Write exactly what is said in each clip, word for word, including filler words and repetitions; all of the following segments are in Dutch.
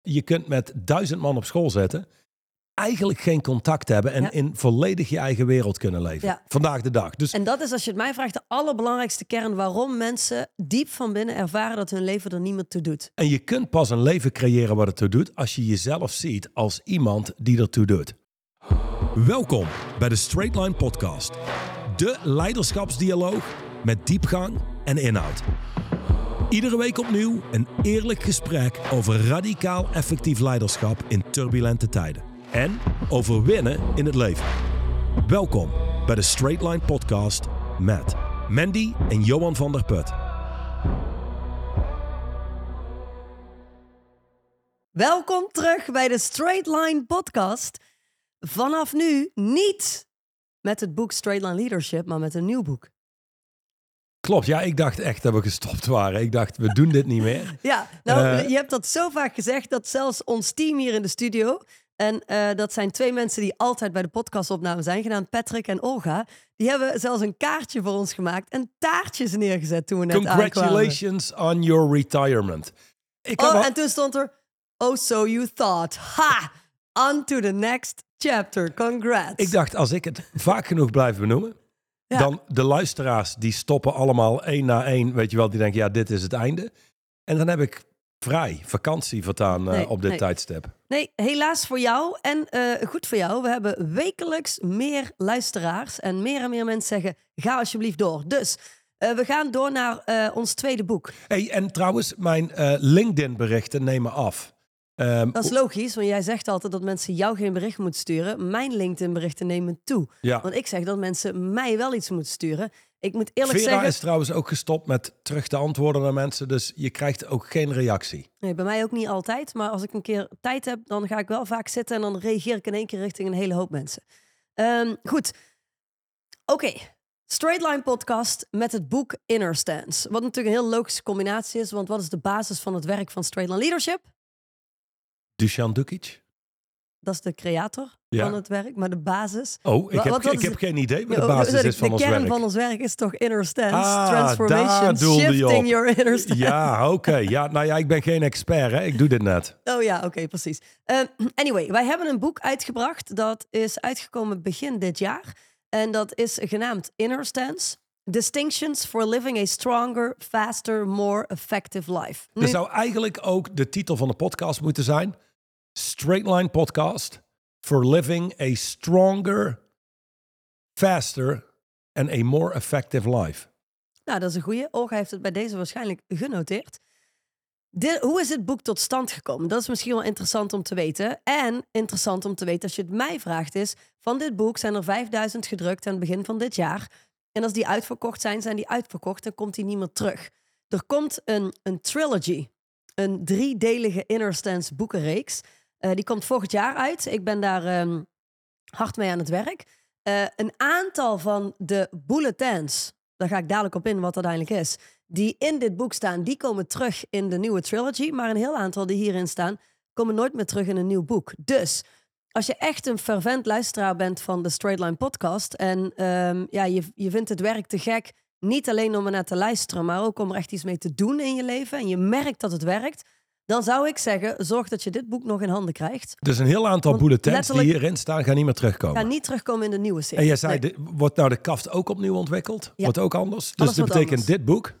Je kunt met duizend man op school zetten, eigenlijk geen contact hebben en ja. in volledig je eigen wereld kunnen leven. Ja. Vandaag de dag. Dus... En dat is, als je het mij vraagt, de allerbelangrijkste kern waarom mensen diep van binnen ervaren dat hun leven er niet meer toe doet. En je kunt pas een leven creëren wat het toe doet als je jezelf ziet als iemand die ertoe doet. Welkom bij de Straight Line Podcast. De leiderschapsdialoog met diepgang en inhoud. Iedere week opnieuw een eerlijk gesprek over radicaal effectief leiderschap in turbulente tijden. En over winnen in het leven. Welkom bij de Straight Line Podcast met Mandy en Johan van der Put. Welkom terug bij de Straight Line Podcast. Vanaf nu niet met het boek Straight Line Leadership, maar met een nieuw boek. Klopt, ja, ik dacht echt dat we gestopt waren. Ik dacht, we doen dit niet meer. Ja, nou, uh, je hebt dat zo vaak gezegd dat zelfs ons team hier in de studio, en uh, dat zijn twee mensen die altijd bij de podcastopname zijn, genaamd Patrick en Olga, die hebben zelfs een kaartje voor ons gemaakt en taartjes neergezet toen we net aankwamen. Congratulations on your retirement. Ik oh, al... en toen stond er, oh, so you thought. Ha! On to the next chapter. Congrats. Ik dacht, als ik het vaak genoeg blijf benoemen, ja. dan de luisteraars die stoppen allemaal één na één, weet je wel, die denken, ja, dit is het einde. En dan heb ik vrij, vakantie vertaan uh, nee, op dit nee. tijdstip. Nee, helaas voor jou en uh, goed voor jou. We hebben wekelijks meer luisteraars en meer en meer mensen zeggen, ga alsjeblieft door. Dus uh, we gaan door naar uh, ons tweede boek. Hey, en trouwens, mijn uh, LinkedIn-berichten nemen af. Um, dat is logisch, want jij zegt altijd dat mensen jou geen bericht moeten sturen. Mijn LinkedIn-berichten nemen toe. Ja. Want ik zeg dat mensen mij wel iets moeten sturen. Ik moet eerlijk Vera zeggen... is trouwens ook gestopt met terug te antwoorden naar mensen. Dus je krijgt ook geen reactie. Nee, bij mij ook niet altijd. Maar als ik een keer tijd heb, dan ga ik wel vaak zitten en dan reageer ik in één keer richting een hele hoop mensen. Um, goed. Oké. Okay. Straight Line Podcast met het boek Inner Stance. Wat natuurlijk een heel logische combinatie is. Want wat is de basis van het werk van Straight Line Leadership? Dusan Dukic? Dat is de creator ja. van het werk, maar de basis... Oh, ik heb, wat, wat ik heb geen idee wat de basis de, is van de ons werk. De kern van ons werk is toch inner stance, ah, transformation, shifting your inner stance. Ja, oké. Okay. Ja, nou ja, ik ben geen expert, hè. Ik doe dit net. Oh ja, oké, okay, precies. Uh, anyway, wij hebben een boek uitgebracht. Dat is uitgekomen begin dit jaar. En dat is genaamd Inner Stance. Distinctions for living a stronger, faster, more effective life. Nu, dat zou eigenlijk ook de titel van de podcast moeten zijn. Straight Line Podcast for living a stronger, faster and a more effective life. Nou, dat is een goeie. Olga heeft het bij deze waarschijnlijk genoteerd. De, hoe is het boek tot stand gekomen? Dat is misschien wel interessant om te weten. En interessant om te weten, als je het mij vraagt, is... van dit boek zijn er vijfduizend gedrukt aan het begin van dit jaar. En als die uitverkocht zijn, zijn die uitverkocht. Dan komt die niet meer terug. Er komt een, een trilogy. Een driedelige Inner Stance boekenreeks. Uh, die komt volgend jaar uit. Ik ben daar um, hard mee aan het werk. Uh, een aantal van de bulletins, daar ga ik dadelijk op in wat dat eigenlijk is, die in dit boek staan, die komen terug in de nieuwe trilogy. Maar een heel aantal die hierin staan, komen nooit meer terug in een nieuw boek. Dus als je echt een fervent luisteraar bent van de Straight Line Podcast en um, ja, je, je vindt het werk te gek, niet alleen om er naar te luisteren, maar ook om er echt iets mee te doen in je leven en je merkt dat het werkt, dan zou ik zeggen, zorg dat je dit boek nog in handen krijgt. Dus een heel aantal bulletins die hierin staan, gaan niet meer terugkomen. Gaan niet terugkomen in de nieuwe serie. En jij zei, nee. dit, wordt nou de kaft ook opnieuw ontwikkeld? Ja. Wordt ook anders? Dus Alles dat betekent anders. dit boek,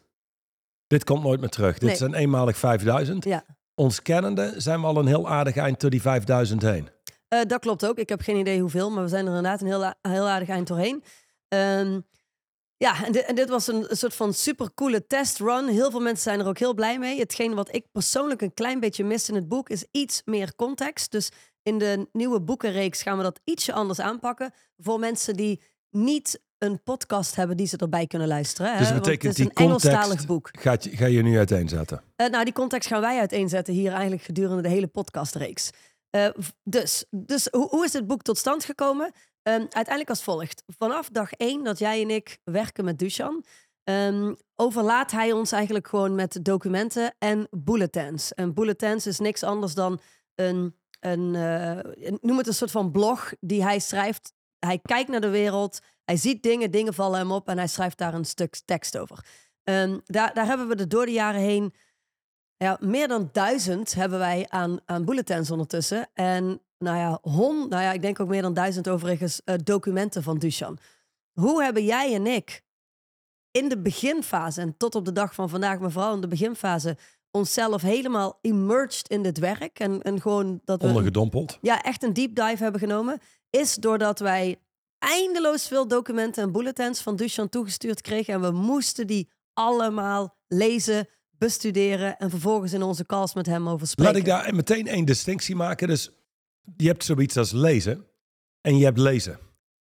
dit komt nooit meer terug. Dit nee. zijn eenmalig vijfduizend. Ja. Ons kennende zijn we al een heel aardig eind door die vijfduizend heen. Uh, dat klopt ook. Ik heb geen idee hoeveel, maar we zijn er inderdaad een heel, heel aardig eind doorheen. Um, Ja, en dit, en dit was een, een soort van supercoole testrun. Heel veel mensen zijn er ook heel blij mee. Hetgeen wat ik persoonlijk een klein beetje mis in het boek is iets meer context. Dus in de nieuwe boekenreeks gaan we dat ietsje anders aanpakken. Voor mensen die niet een podcast hebben die ze erbij kunnen luisteren. Hè? Dus dat betekent Want het is die een Engelstalig boek. Gaat, ga je nu uiteenzetten? Uh, nou, die context gaan wij uiteenzetten hier eigenlijk gedurende de hele podcastreeks. Uh, dus dus hoe, hoe is dit boek tot stand gekomen? Um, uiteindelijk als volgt. Vanaf dag één dat jij en ik werken met Dusan, um, overlaat hij ons eigenlijk gewoon met documenten en bulletins. En bulletins is niks anders dan een, een uh, noem het een soort van blog die hij schrijft. Hij kijkt naar de wereld, hij ziet dingen, dingen vallen hem op en hij schrijft daar een stuk tekst over. Um, daar, daar hebben we er door de jaren heen Ja, meer dan duizend hebben wij aan, aan bulletins ondertussen. En nou ja, hon, nou ja, ik denk ook meer dan duizend overigens uh, documenten van Dusan. Hoe hebben jij en ik in de beginfase, en tot op de dag van vandaag, maar vooral in de beginfase, onszelf helemaal immersed in dit werk. En, en gewoon dat we... Ondergedompeld. Ja, echt een deep dive hebben genomen. Is doordat wij eindeloos veel documenten en bulletins van Dusan toegestuurd kregen. En we moesten die allemaal lezen, bestuderen en vervolgens in onze calls met hem over spreken. Laat ik daar meteen één distinctie maken. Dus je hebt zoiets als lezen en je hebt lezen.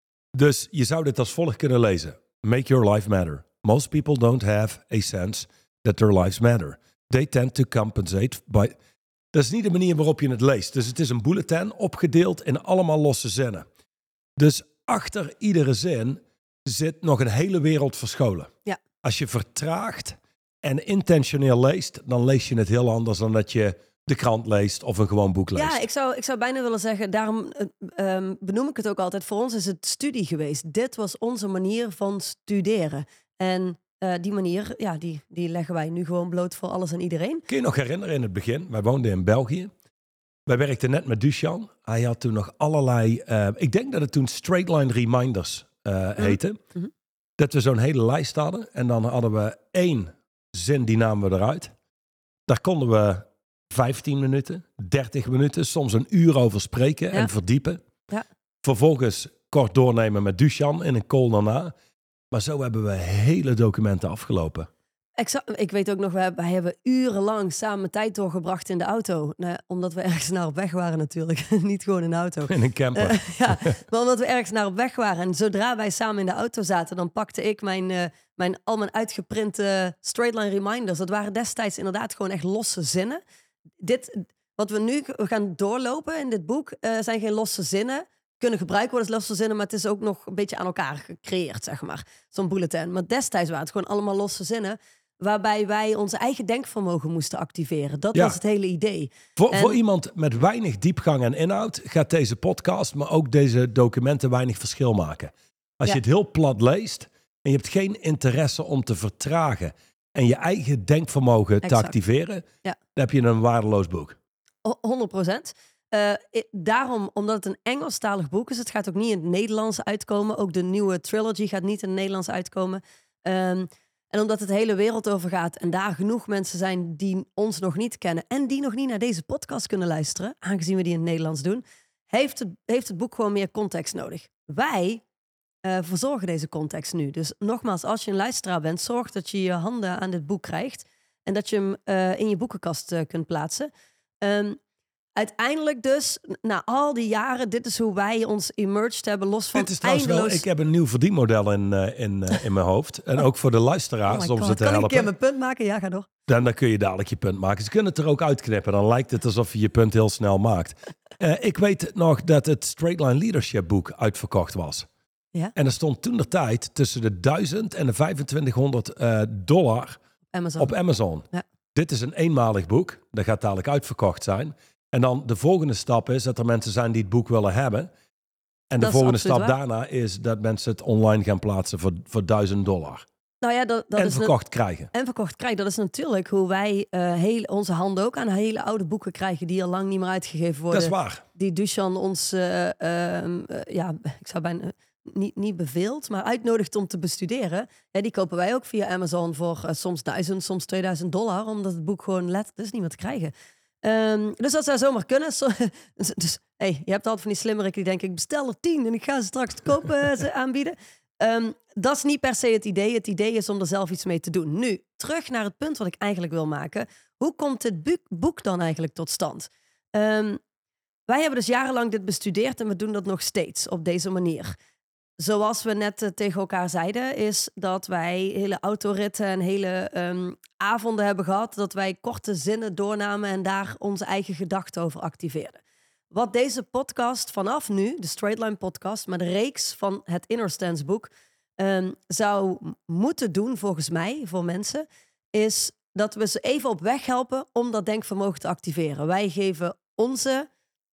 Dus je zou dit als volgt kunnen lezen. Make your life matter. Most people don't have a sense that their lives matter. They tend to compensate by... Dat is niet de manier waarop je het leest. Dus het is een bulletin opgedeeld in allemaal losse zinnen. Dus achter iedere zin zit nog een hele wereld verscholen. Ja. Als je vertraagt en intentioneel leest, dan lees je het heel anders dan dat je de krant leest of een gewoon boek leest. Ja, ik zou, ik zou bijna willen zeggen, daarom uh, um, benoem ik het ook altijd. Voor ons is het studie geweest. Dit was onze manier van studeren. En uh, die manier, ja, die, die leggen wij nu gewoon bloot voor alles en iedereen. Kun je nog herinneren in het begin? Wij woonden in België. Wij werkten net met Dusan. Hij had toen nog allerlei... Uh, ik denk dat het toen straight line reminders uh, heette. Mm-hmm. Dat we zo'n hele lijst hadden. En dan hadden we één zin, die namen we eruit. Daar konden we vijftien minuten, dertig minuten, soms een uur over spreken ja. en verdiepen. Ja. Vervolgens kort doornemen met Dusan in een call daarna. Maar zo hebben we hele documenten afgelopen. Exact, ik weet ook nog, wij, wij hebben urenlang samen tijd doorgebracht in de auto. Nou, omdat we ergens naar op weg waren natuurlijk. Niet gewoon in de auto. In een camper. Uh, ja, maar omdat we ergens naar op weg waren. En zodra wij samen in de auto zaten, dan pakte ik mijn, uh, mijn, al mijn uitgeprinte straight line reminders. Dat waren destijds inderdaad gewoon echt losse zinnen. Dit, wat we nu gaan doorlopen in dit boek, uh, zijn geen losse zinnen. Kunnen gebruiken worden als losse zinnen, maar het is ook nog een beetje aan elkaar gecreëerd, zeg maar. Zo'n bulletin. Maar destijds waren het gewoon allemaal losse zinnen, waarbij wij onze eigen denkvermogen moesten activeren. Dat ja. was het hele idee. Voor, en... voor iemand met weinig diepgang en inhoud gaat deze podcast, maar ook deze documenten weinig verschil maken. Als ja. je het heel plat leest en je hebt geen interesse om te vertragen en je eigen denkvermogen exact. te activeren, ja. dan heb je een waardeloos boek. honderd procent. Uh, daarom, omdat het een Engelstalig boek is, het gaat ook niet in het Nederlands uitkomen. Ook de nieuwe trilogy gaat niet in het Nederlands uitkomen. Um, en omdat het de hele wereld over gaat en daar genoeg mensen zijn die ons nog niet kennen en die nog niet naar deze podcast kunnen luisteren, aangezien we die in het Nederlands doen, heeft het, heeft het boek gewoon meer context nodig. Wij uh, verzorgen deze context nu. Dus nogmaals, als je een luisteraar bent, zorg dat je je handen aan dit boek krijgt en dat je hem uh, in je boekenkast uh, kunt plaatsen. Um, Uiteindelijk dus, na al die jaren, dit is hoe wij ons emerged hebben, los van dit is trouwens eindeloos... wel, ik heb een nieuw verdienmodel in, uh, in, uh, in mijn hoofd. En ook voor de luisteraars, oh om ze te kan helpen. Kan ik een keer mijn punt maken? Ja, ga door. Dan, dan kun je dadelijk je punt maken. Ze kunnen het er ook uitknippen. Dan lijkt het alsof je je punt heel snel maakt. Uh, ik weet nog dat het Straight Line Leadership boek uitverkocht was. Ja? En er stond toen de tijd tussen de duizend en de vijfentwintighonderd uh, dollar Amazon. op Amazon. Ja. Dit is een eenmalig boek. Dat gaat dadelijk uitverkocht zijn. En dan de volgende stap is dat er mensen zijn die het boek willen hebben. En de dat volgende stap waar. daarna is dat mensen het online gaan plaatsen voor, voor duizend dollar. Nou ja, dat, dat en is verkocht een, krijgen. En verkocht krijgen. Dat is natuurlijk hoe wij uh, heel, onze handen ook aan hele oude boeken krijgen die al lang niet meer uitgegeven worden. Dat is waar. Die Dusan ons, uh, uh, uh, ja, ik zou bijna uh, niet, niet beveelt, maar uitnodigt om te bestuderen. Ja, die kopen wij ook via Amazon voor uh, soms duizend, soms tweeduizend dollar, omdat het boek gewoon letterlijk is niet meer te krijgen. Um, dus dat zou zomaar kunnen. So, dus, dus hey, je hebt altijd van die slimmeriken die denken, ik bestel er tien en ik ga ze straks te kopen ze aanbieden. Um, dat is niet per se het idee. Het idee is om er zelf iets mee te doen. Nu, terug naar het punt wat ik eigenlijk wil maken. Hoe komt dit boek, boek dan eigenlijk tot stand? Um, wij hebben dus jarenlang dit bestudeerd en we doen dat nog steeds op deze manier. Zoals we net uh, tegen elkaar zeiden, is dat wij hele autoritten en hele um, avonden hebben gehad, dat wij korte zinnen doornamen en daar onze eigen gedachten over activeerden. Wat deze podcast vanaf nu, de Straight Line podcast, maar de reeks van het Inner Stance boek, um, zou moeten doen volgens mij, voor mensen, is dat we ze even op weg helpen om dat denkvermogen te activeren. Wij geven onze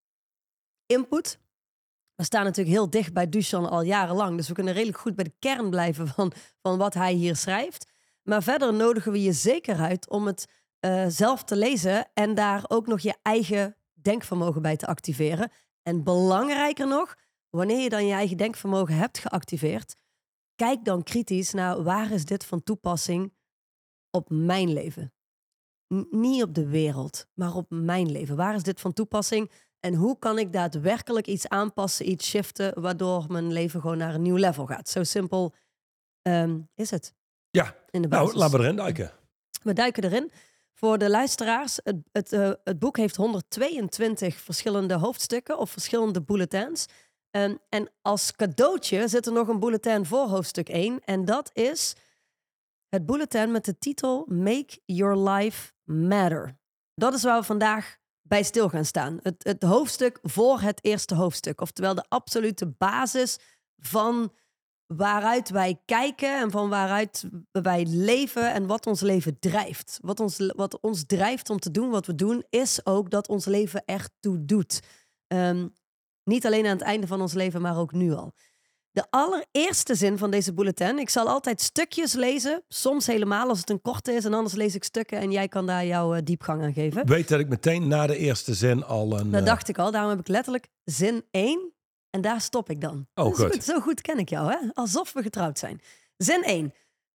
input. We staan natuurlijk heel dicht bij Dusan al jarenlang, dus we kunnen redelijk goed bij de kern blijven van, van wat hij hier schrijft. Maar verder nodigen we je zeker uit om het uh, zelf te lezen en daar ook nog je eigen denkvermogen bij te activeren. En belangrijker nog, wanneer je dan je eigen denkvermogen hebt geactiveerd, kijk dan kritisch naar waar is dit van toepassing op mijn leven. N- niet op de wereld, maar op mijn leven. Waar is dit van toepassing? En hoe kan ik daadwerkelijk iets aanpassen, iets shiften, waardoor mijn leven gewoon naar een nieuw level gaat? Zo simpel um, is het. Ja, in de basis. Nou, laten we erin duiken. We duiken erin. Voor de luisteraars, het, het, uh, het boek heeft honderdtweeëntwintig verschillende hoofdstukken of verschillende bulletins. Um, en als cadeautje zit er nog een bulletin voor hoofdstuk één. En dat is het bulletin met de titel Make Your Life Matter. Dat is waar we vandaag bij stil gaan staan. Het, het hoofdstuk voor het eerste hoofdstuk. Oftewel de absolute basis van waaruit wij kijken en van waaruit wij leven en wat ons leven drijft. Wat ons, wat ons drijft om te doen wat we doen, is ook dat ons leven echt toe doet. Um, niet alleen aan het einde van ons leven, maar ook nu al. De allereerste zin van deze bulletin. Ik zal altijd stukjes lezen. Soms helemaal als het een korte is. En anders lees ik stukken en jij kan daar jouw uh, diepgang aan geven. Weet dat ik meteen na de eerste zin al een... Dat uh... dacht ik al. Daarom heb ik letterlijk zin één. En daar stop ik dan. Oh, goed. goed. Zo goed ken ik jou, hè? Alsof we getrouwd zijn. Zin één.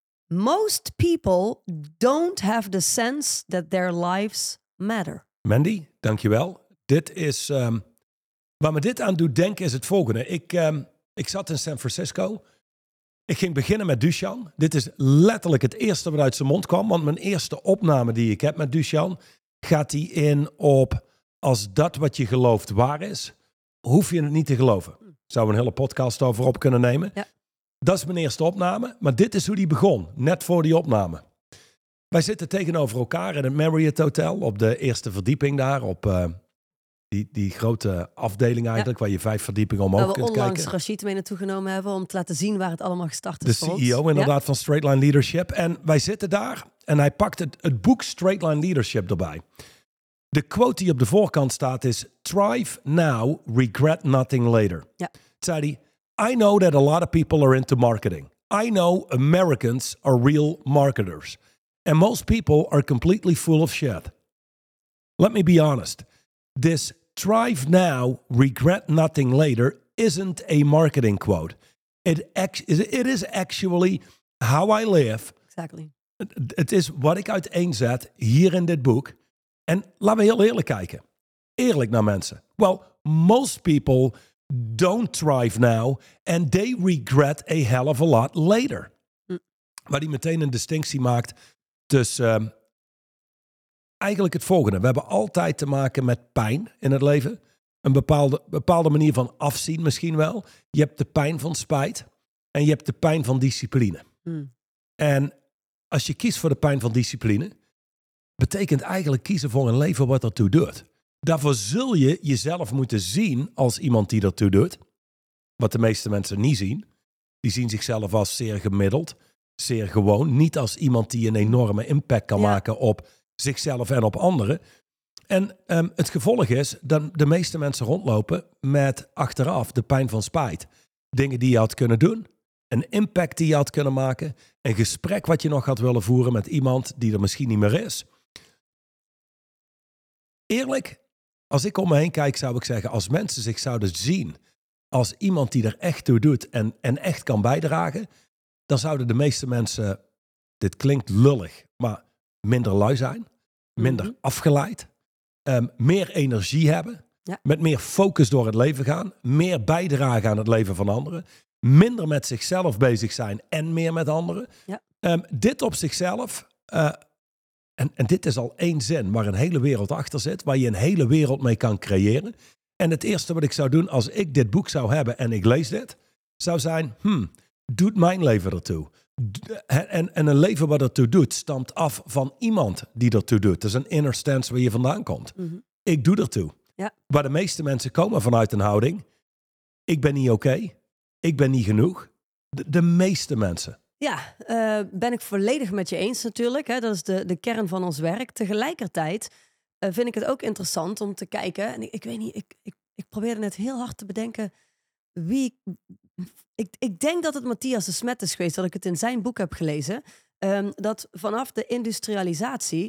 Most people don't have the sense that their lives matter. Mandy, dankjewel. Dit is... Um, waar me dit aan doet denken is het volgende. Ik... Um, Ik zat in San Francisco. Ik ging beginnen met Duchan. Dit is letterlijk het eerste wat uit zijn mond kwam. Want mijn eerste opname die ik heb met Duchan gaat die in op als dat wat je gelooft waar is, hoef je het niet te geloven. Zouden we een hele podcast over op kunnen nemen. Ja. Dat is mijn eerste opname. Maar dit is hoe die begon. Net voor die opname. Wij zitten tegenover elkaar in het Marriott Hotel. Op de eerste verdieping daar. Op... Uh, Die, die grote afdeling eigenlijk, ja. Waar je vijf verdiepingen omhoog kunt kijken. Waar we onlangs Rashid mee naartoe genomen hebben om te laten zien waar het allemaal gestart is. De C E O inderdaad ja. van Straight Line Leadership. En wij zitten daar en hij pakt het, het boek Straight Line Leadership erbij. De quote die op de voorkant staat is: Thrive now, regret nothing later. Ja. Zei hij, I know that a lot of people are into marketing. I know Americans are real marketers. And most people are completely full of shit. Let me be honest. This Thrive now, regret nothing later isn't a marketing quote. It, it is actually how I live. Exactly. Het, het is wat ik uiteenzet hier in dit boek. En laten we heel eerlijk kijken. Eerlijk naar mensen. Well, most people don't thrive now and they regret a hell of a lot later. Mm. Waar die meteen een distinctie maakt tussen... Uh, Eigenlijk het volgende. We hebben altijd te maken met pijn in het leven. Een bepaalde, bepaalde manier van afzien misschien wel. Je hebt de pijn van spijt. En je hebt de pijn van discipline. Mm. En als je kiest voor de pijn van discipline, betekent eigenlijk kiezen voor een leven wat ertoe doet. Daarvoor zul je jezelf moeten zien als iemand die ertoe doet. Wat de meeste mensen niet zien. Die zien zichzelf als zeer gemiddeld. Zeer gewoon. Niet als iemand die een enorme impact kan ja. maken op zichzelf en op anderen. En um, het gevolg is dat de meeste mensen rondlopen met achteraf de pijn van spijt. Dingen die je had kunnen doen. Een impact die je had kunnen maken. Een gesprek wat je nog had willen voeren met iemand die er misschien niet meer is. Eerlijk, als ik om me heen kijk zou ik zeggen, als mensen zich zouden zien als iemand die er echt toe doet en, en echt kan bijdragen, dan zouden de meeste mensen, dit klinkt lullig, maar minder lui zijn. Minder mm-hmm. afgeleid, um, meer energie hebben, ja. met meer focus door het leven gaan, meer bijdragen aan het leven van anderen, minder met zichzelf bezig zijn en meer met anderen. Ja. Um, dit op zichzelf, uh, en, en dit is al één zin waar een hele wereld achter zit, waar je een hele wereld mee kan creëren. En het eerste wat ik zou doen als ik dit boek zou hebben en ik lees dit, zou zijn, hmm, doet mijn leven ertoe? En, en een leven wat ertoe doet, stamt af van iemand die ertoe doet. Dat is een inner stance waar je vandaan komt. Mm-hmm. Ik doe ertoe. Ja. Waar de meeste mensen komen vanuit een houding. Ik ben niet oké. Okay. Ik ben niet genoeg. De, de meeste mensen. Ja, uh, ben ik volledig met je eens natuurlijk. Hè? Dat is de, de kern van ons werk. Tegelijkertijd uh, vind ik het ook interessant om te kijken. En ik, ik weet niet, ik, ik, ik probeerde net heel hard te bedenken wie... Ik, ik denk dat het Matthias de Smet is geweest, dat ik het in zijn boek heb gelezen. Um, dat vanaf de industrialisatie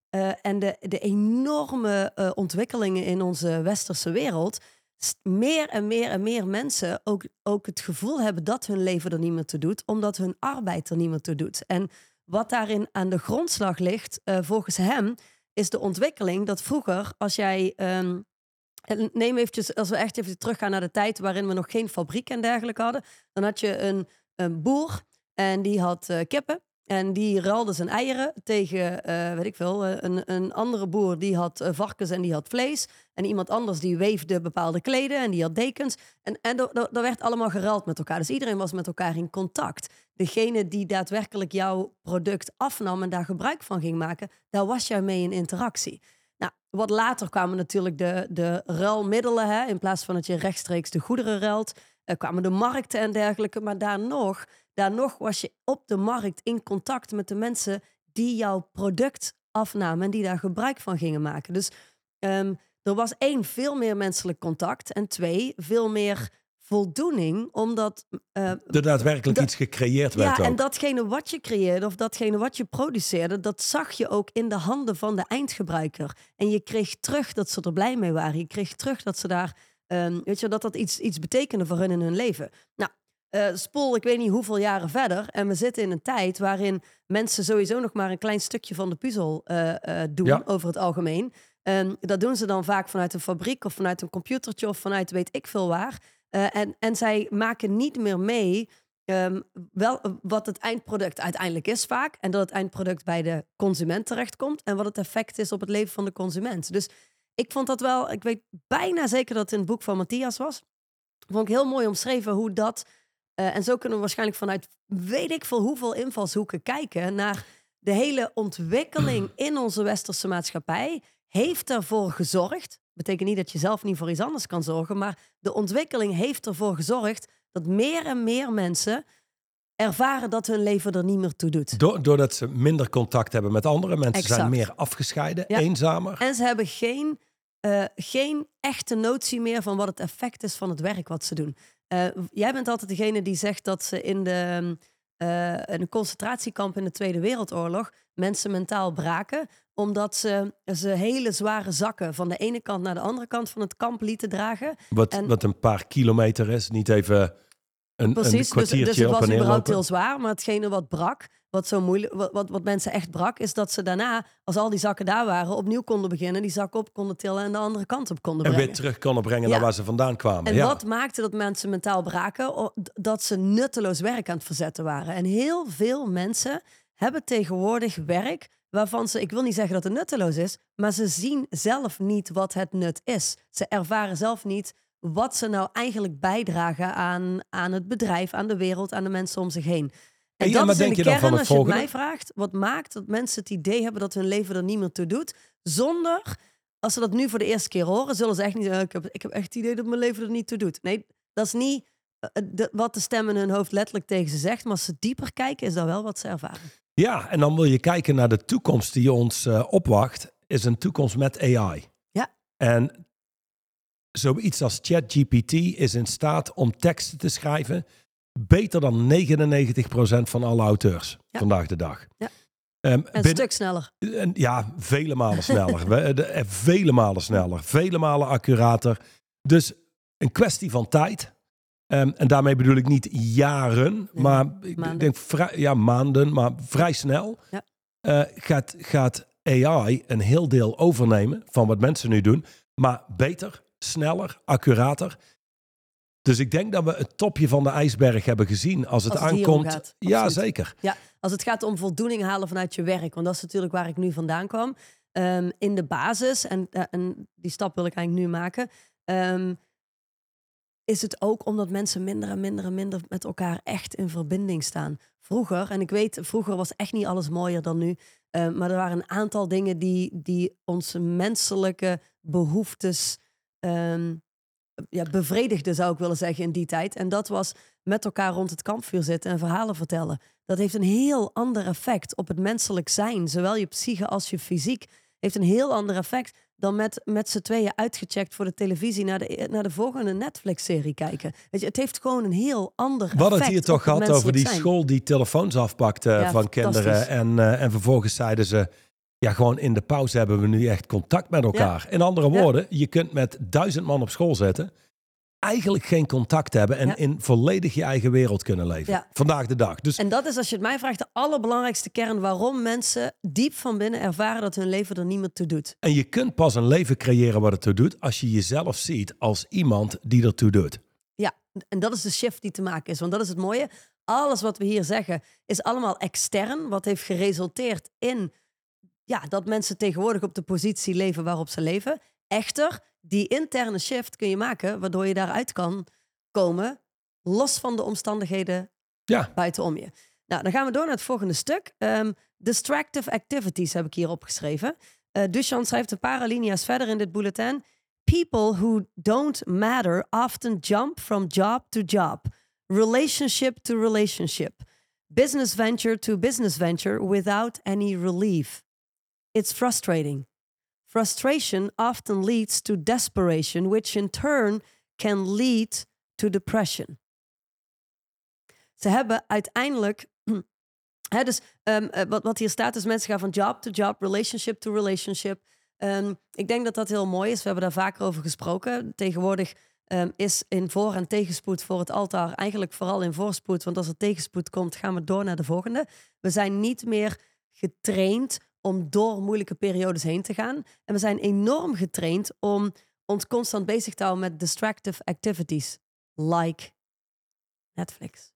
uh, en de, de enorme uh, ontwikkelingen in onze westerse wereld, meer en meer en meer mensen ook, ook het gevoel hebben dat hun leven er niet meer toe doet, omdat hun arbeid er niet meer toe doet. En wat daarin aan de grondslag ligt, uh, volgens hem, is de ontwikkeling dat vroeger, als jij... Um, neem eventjes, als we echt even teruggaan naar de tijd waarin we nog geen fabriek en dergelijke hadden, dan had je een, een boer en die had uh, kippen. En die ruilde zijn eieren tegen, uh, weet ik veel, uh, een, een andere boer die had uh, varkens en die had vlees. En iemand anders die weefde bepaalde kleden en die had dekens. En, en dat werd allemaal geruild met elkaar. Dus iedereen was met elkaar in contact. Degene die daadwerkelijk jouw product afnam en daar gebruik van ging maken, daar was jij mee in interactie. Nou, wat later kwamen natuurlijk de, de ruilmiddelen. Hè? In plaats van dat je rechtstreeks de goederen ruilt, uh, kwamen de markten en dergelijke. Maar daar nog... Daar nog was je op de markt in contact met de mensen die jouw product afnamen en die daar gebruik van gingen maken. Dus um, er was één, veel meer menselijk contact en twee, veel meer voldoening, omdat... Uh, er daadwerkelijk dat, iets gecreëerd werd ja, ook. En datgene wat je creëerde of datgene wat je produceerde, dat zag je ook in de handen van de eindgebruiker. En je kreeg terug dat ze er blij mee waren. Je kreeg terug dat ze daar, um, weet je, dat dat iets, iets betekende voor hun in hun leven. Nou, Uh, spoel, ik weet niet hoeveel jaren verder. En we zitten in een tijd waarin mensen sowieso nog maar een klein stukje van de puzzel uh, uh, doen, ja. over het algemeen. Um, dat doen ze dan vaak vanuit een fabriek of vanuit een computertje of vanuit weet ik veel waar. Uh, en, en zij maken niet meer mee um, wel, wat het eindproduct uiteindelijk is vaak. En dat het eindproduct bij de consument terechtkomt. En wat het effect is op het leven van de consument. Dus ik vond dat wel, ik weet bijna zeker dat het in het boek van Matthias was. Vond ik heel mooi omschreven hoe dat... Uh, en zo kunnen we waarschijnlijk vanuit weet ik veel hoeveel invalshoeken kijken naar de hele ontwikkeling in onze westerse maatschappij. Heeft ervoor gezorgd, betekent niet dat je zelf niet voor iets anders kan zorgen, maar de ontwikkeling heeft ervoor gezorgd dat meer en meer mensen ervaren dat hun leven er niet meer toe doet. Doordat ze minder contact hebben met andere mensen, exact. zijn meer afgescheiden, ja. eenzamer. En ze hebben geen, uh, geen echte notie meer van wat het effect is van het werk wat ze doen. Uh, jij bent altijd degene die zegt dat ze in, de, uh, in een concentratiekamp in de Tweede Wereldoorlog mensen mentaal braken, omdat ze, ze hele zware zakken van de ene kant naar de andere kant van het kamp lieten dragen. Wat, en, wat een paar kilometer is, niet even een, precies, een kwartiertje dus, dus het op was en neer überhaupt lopen. heel zwaar, maar hetgene wat brak, wat, zo moeilijk, wat, wat, wat mensen echt brak, is dat ze daarna, als al die zakken daar waren, opnieuw konden beginnen, die zakken op konden tillen en de andere kant op konden en brengen. En weer terug konden brengen ja. naar waar ze vandaan kwamen. En ja. wat maakte dat mensen mentaal braken? Dat ze nutteloos werk aan het verzetten waren. En heel veel mensen hebben tegenwoordig werk waarvan ze, ik wil niet zeggen dat het nutteloos is, maar ze zien zelf niet wat het nut is. Ze ervaren zelf niet wat ze nou eigenlijk bijdragen aan, aan het bedrijf, aan de wereld, aan de mensen om zich heen. En ja, dat maar is in denk de je dan kern, van het als je het volgende? mij vraagt, wat maakt dat mensen het idee hebben dat hun leven er niet meer toe doet, zonder, als ze dat nu voor de eerste keer horen, zullen ze echt niet zeggen, ik heb, ik heb echt het idee dat mijn leven er niet toe doet. Nee, dat is niet uh, de, wat de stem in hun hoofd letterlijk tegen ze zegt, maar als ze dieper kijken, is dat wel wat ze ervaren. Ja, en dan wil je kijken naar de toekomst die ons uh, opwacht, is een toekomst met A I. Ja. En zoiets als ChatGPT is in staat om teksten te schrijven beter dan negenennegentig procent van alle auteurs ja. vandaag de dag. Ja. Um, een bin- stuk sneller. En, ja, vele malen sneller. We, de, vele malen sneller. Vele malen accurater. Dus een kwestie van tijd. Um, en daarmee bedoel ik niet jaren, nee, maar maanden. ik denk vrij, ja, maanden, maar vrij snel ja. uh, gaat, gaat A I een heel deel overnemen van wat mensen nu doen, maar beter, sneller, accurater. Dus ik denk dat we het topje van de ijsberg hebben gezien als het, als het aankomt. Ja, zeker. Ja, als het gaat om voldoening halen vanuit je werk, want dat is natuurlijk waar ik nu vandaan kwam. Um, in de basis, en, uh, en die stap wil ik eigenlijk nu maken, um, is het ook omdat mensen minder en minder en minder met elkaar echt in verbinding staan. Vroeger, en ik weet, vroeger was echt niet alles mooier dan nu, uh, maar er waren een aantal dingen die, die onze menselijke behoeftes um, ja, bevredigde, zou ik willen zeggen, in die tijd. En dat was met elkaar rond het kampvuur zitten en verhalen vertellen. Dat heeft een heel ander effect op het menselijk zijn. Zowel je psyche als je fysiek heeft een heel ander effect dan met, met z'n tweeën uitgecheckt voor de televisie naar de, naar de volgende Netflix-serie kijken. Weet je, het heeft gewoon een heel ander effect. We hadden het hier toch gehad over die zijn. school die telefoons afpakte ja, van kinderen. En, uh, en vervolgens zeiden ze, Ja, gewoon in de pauze hebben we nu echt contact met elkaar. Ja. In andere woorden, ja. je kunt met duizend man op school zetten, eigenlijk geen contact hebben en ja. in volledig je eigen wereld kunnen leven. Ja. Vandaag de dag. Dus... En dat is, als je het mij vraagt, de allerbelangrijkste kern waarom mensen diep van binnen ervaren dat hun leven er niet meer toe doet. En je kunt pas een leven creëren wat het toe doet als je jezelf ziet als iemand die ertoe doet. Ja, en dat is de shift die te maken is. Want dat is het mooie. Alles wat we hier zeggen is allemaal extern. Wat heeft geresulteerd in ja, dat mensen tegenwoordig op de positie leven waarop ze leven. Echter, die interne shift kun je maken waardoor je daaruit kan komen, los van de omstandigheden ja. buitenom je. Nou, dan gaan we door naar het volgende stuk. Um, distractive activities heb ik hier opgeschreven. Uh, Duchamp schrijft een paar alinea's verder in dit bulletin. People who don't matter often jump from job to job, relationship to relationship, business venture to business venture without any relief. It's frustrating. Frustration often leads to desperation, which in turn can lead to depression. Ze hebben uiteindelijk... Hè, dus um, wat, wat hier staat is mensen gaan van job to job, relationship to relationship. Um, ik denk dat dat heel mooi is. We hebben daar vaker over gesproken. Tegenwoordig um, is in voor- en tegenspoed voor het altaar eigenlijk vooral in voorspoed. Want als er tegenspoed komt, gaan we door naar de volgende. We zijn niet meer getraind om door moeilijke periodes heen te gaan. En we zijn enorm getraind om ons constant bezig te houden met distractive activities. Like Netflix,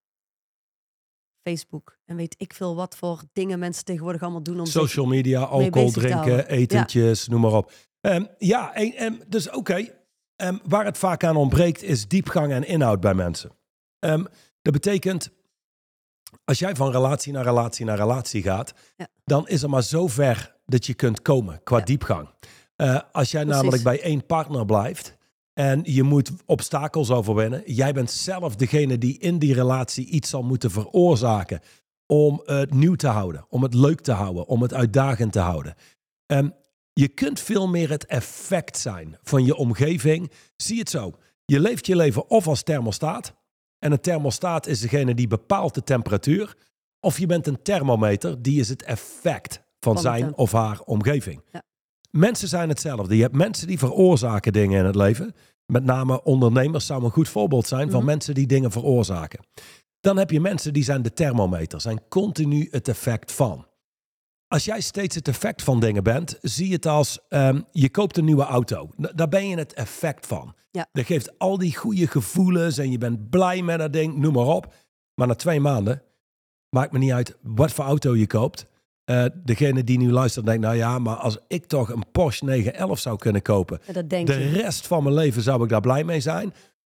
Facebook en weet ik veel wat voor dingen mensen tegenwoordig allemaal doen. Om social media, alcohol drinken, etentjes, ja. noem maar op. Um, ja, en, en, dus oké. Okay. Um, waar het vaak aan ontbreekt is diepgang en inhoud bij mensen. Um, dat betekent, als jij van relatie naar relatie naar relatie gaat, ja. dan is er maar zo ver dat je kunt komen qua ja. diepgang. Uh, als jij Precies. namelijk bij één partner blijft en je moet obstakels overwinnen, jij bent zelf degene die in die relatie iets zal moeten veroorzaken om het nieuw te houden, om het leuk te houden, om het uitdagend te houden. Um, je kunt veel meer het effect zijn van je omgeving. Zie het zo. Je leeft je leven of als thermostaat. En een thermostaat is degene die bepaalt de temperatuur. Of je bent een thermometer, die is het effect van, van zijn of haar omgeving. Ja. Mensen zijn hetzelfde. Je hebt mensen die veroorzaken dingen in het leven. Met name ondernemers zou een goed voorbeeld zijn van mm-hmm. mensen die dingen veroorzaken. Dan heb je mensen die zijn de thermometer, zijn continu het effect van. Als jij steeds het effect van dingen bent, zie je het als um, je koopt een nieuwe auto. Daar ben je het effect van. Ja. Dat geeft al die goede gevoelens en je bent blij met dat ding, noem maar op. Maar na twee maanden, maakt me niet uit wat voor auto je koopt. Uh, degene die nu luistert denkt, nou ja, maar als ik toch een Porsche negen elf zou kunnen kopen, ja, dat denk de je. rest van mijn leven zou ik daar blij mee zijn.